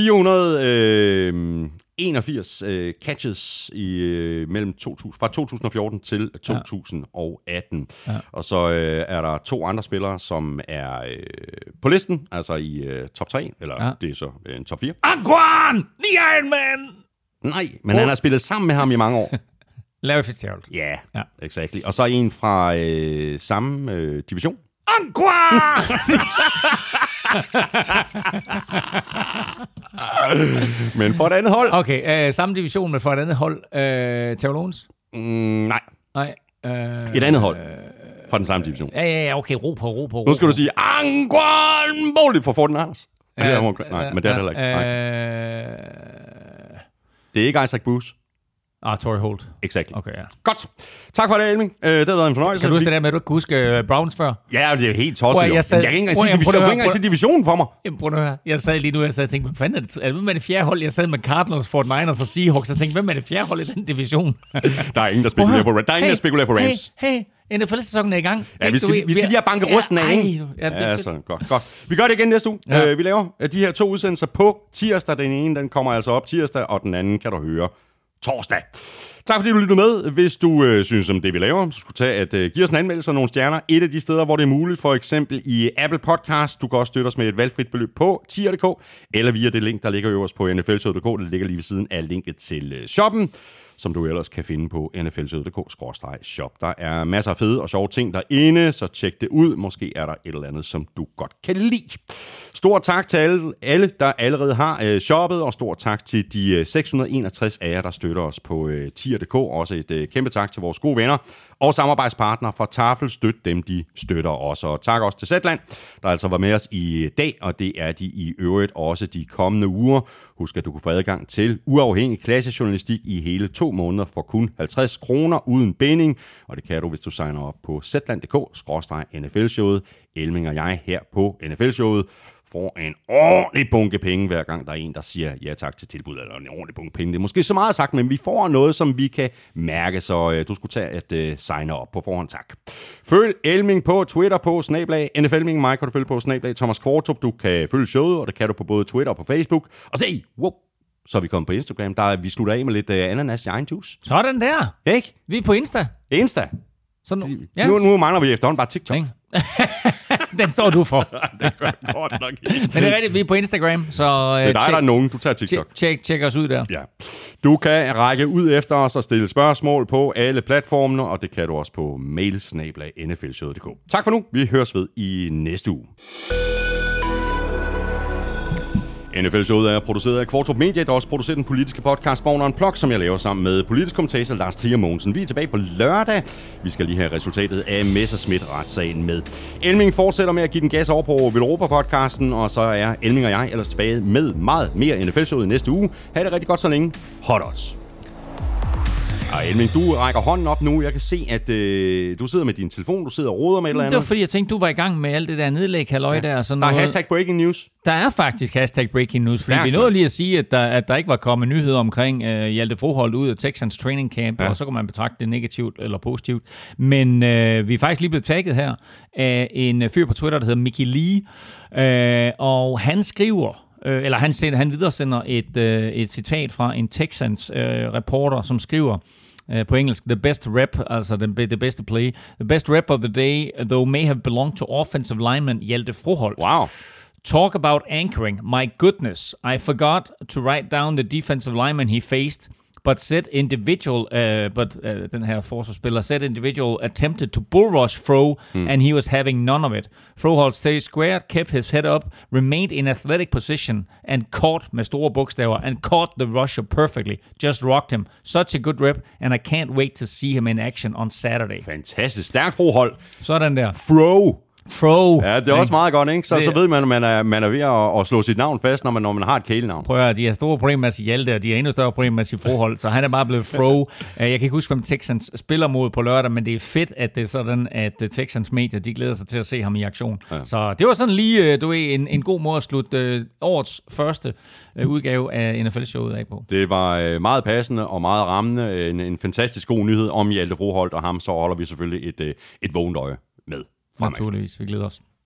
481 catches fra 2014 til 2018. Ja. Og så er der 2 andre spillere, som er på listen, altså i top 3, eller det er så en top 4. Anquan, the Iron Man! Nej, men han har spillet sammen med ham i mange år. Larry Fitzgerald. Ja, exactly. Og så en fra samme division. Anquan! Men for et andet hold. Okay, samme division, men for et andet hold. Theo Lones? Nej. Et andet hold fra den samme division. Ja, okay, ro på. Nu skal du sige, Anquan Bolden for Forten Anders. Nej, men det er det heller ikke. Det er ikke Isaac Bruce. Torrey Holt. Exactly. Okay, ja. Godt. Tak for det, Elming. Det har været en fornøjelse. Kan du huske det der med, at du ikke kunne huske Browns før? Ja, det er helt tosset. Jeg kan ikke engang sige divisionen for mig. Jamen, prøv at høre. Jeg sad lige nu, og tænkte, hvad fanden er det? Hvem er det 4. hold? Jeg sad med Cardinals, 49ers og Seahawks, og tænkte, hvem er det 4. hold i den division? Der er ingen, der spekulerer på Rams. Hey, NFL-sæsonen er i gang. Ja, vi skal lige have banket rusten af, ikke? Ja, så godt. Vi gør det igen næste uge. Ja. Vi laver de her 2 udsendelser på tirsdag. Den ene, den kommer altså op tirsdag, og den anden kan du høre torsdag. Tak fordi du lyttede med. Hvis du synes om det, vi laver, så skulle tage at give os en anmeldelse og nogle stjerner. Et af de steder, hvor det er muligt, for eksempel i Apple Podcast. Du kan også støtte os med et valgfrit beløb på tier.dk, eller via det link, der ligger øverst på nflshowet.dk. Det ligger lige ved siden af linket til shoppen, som du ellers kan finde på nflshowet.dk/shop. Der er masser af fede og sjove ting derinde, så tjek det ud. Måske er der et eller andet, som du godt kan lide. Stort tak til alle der allerede har shoppet, og stort tak til de 661 af jer, der støtter os på tier.dk. Også et kæmpe tak til vores gode venner og samarbejdspartnere fra Tafel. Støt dem, de støtter os. Og tak også til Zetland, der altså var med os i dag, og det er de i øvrigt også de kommende uger. Husk, at du kan få adgang til uafhængig klassejournalistik i hele 2 måneder for kun 50 kroner uden binding. Og det kan du, hvis du signer op på zetland.dk/NFL-showet. Elming og jeg her på NFL-showet får en ordentlig bunke penge, hver gang der er en, der siger ja tak til tilbud, eller en ordentlig bunke penge. Det er måske så meget sagt, men vi får noget, som vi kan mærke, så du skulle tage at signe op på forhånd. Tak. Følg Elming på Twitter på @NFLming. Mig kan du følge på @Thomas Kvartrup. Du kan følge showet, og det kan du på både Twitter og på Facebook. Og så er vi kommet på Instagram. Vi slutter af med lidt ananas i egen juice. Sådan der. Ikke? Vi er på Insta. Så Nu mangler vi efterhånden bare TikTok. Den står du for. Det gør jeg godt nok ikke. Men det er rigtigt, vi er på Instagram, så det er dig, der er nogen. Du tager TikTok. Tjek os ud der. Ja. Du kan række ud efter os og stille spørgsmål på alle platformene, og det kan du også på mail@nflshowet.dk. Tak for nu. Vi høres ved i næste uge. NFL-showet er produceret af Kvartrup Media, der også producerer den politiske podcast Born Unplugged, som jeg laver sammen med politisk kommentator Lars Trier Mogensen. Vi er tilbage på lørdag. Vi skal lige have resultatet af Messerschmidt-retssagen med. Elming fortsætter med at give den gas over på Villeuropa-podcasten, og så er Elming og jeg ellers tilbage med meget mere NFL-showet næste uge. Ha' det rigtig godt så længe. Hot odds. Og Elming, du rækker hånden op nu. Jeg kan se, at du sidder med din telefon, du sidder og roder med et eller andet. Det var fordi, jeg tænkte, du var i gang med alt det der nedlæg, halløj der. Sådan der er noget. #breaking news. Der er faktisk #breaking news, fordi vi nåede lige at sige, at der ikke var kommet nyheder omkring Hjalte Froholt ud af Texans training camp, og så kan man betragte det negativt eller positivt. Men vi er faktisk lige blevet tagget her af en fyr på Twitter, der hedder Mickey Lee, og han skriver, han videresender et citat fra en Texans reporter, som skriver på engelsk, the best rep, altså det bedste play, the best rep of the day, though may have belonged to offensive lineman Hjalte Froholt. Wow. Talk about anchoring. My goodness, I forgot to write down the defensive lineman he faced, but den her forsvarsspiller said individual attempted to bull rush Fro, and he was having none of it. Froholt stayed squared, kept his head up, remained in athletic position, and caught, med store bogstaver, and caught the rusher perfectly. Just rocked him. Such a good rep, and I can't wait to see him in action on Saturday. Fantastisk. Stærkt Froholt. Sådan der. Fro. Ja, det er også meget godt, ikke? Så ved man, at man er ved at slå sit navn fast, når man har et kælenavn. Prøv at høre, de har store problemer med at sige Hjalte, og de har endnu større problemer med at sige Froholt, så han er bare blevet Fro. Jeg kan ikke huske, hvem Texans spiller mod på lørdag, men det er fedt, at det er sådan, at Texans medier, de glæder sig til at se ham i aktion. Ja. Så det var sådan lige, en god måde at slutte årets første udgave af NFL-showet af på. Det var meget passende og meget rammende. En fantastisk god nyhed om Hjalte Froholt, og ham så holder vi selvfølgelig et vågent øje med. Naturligvis, vi glæder os.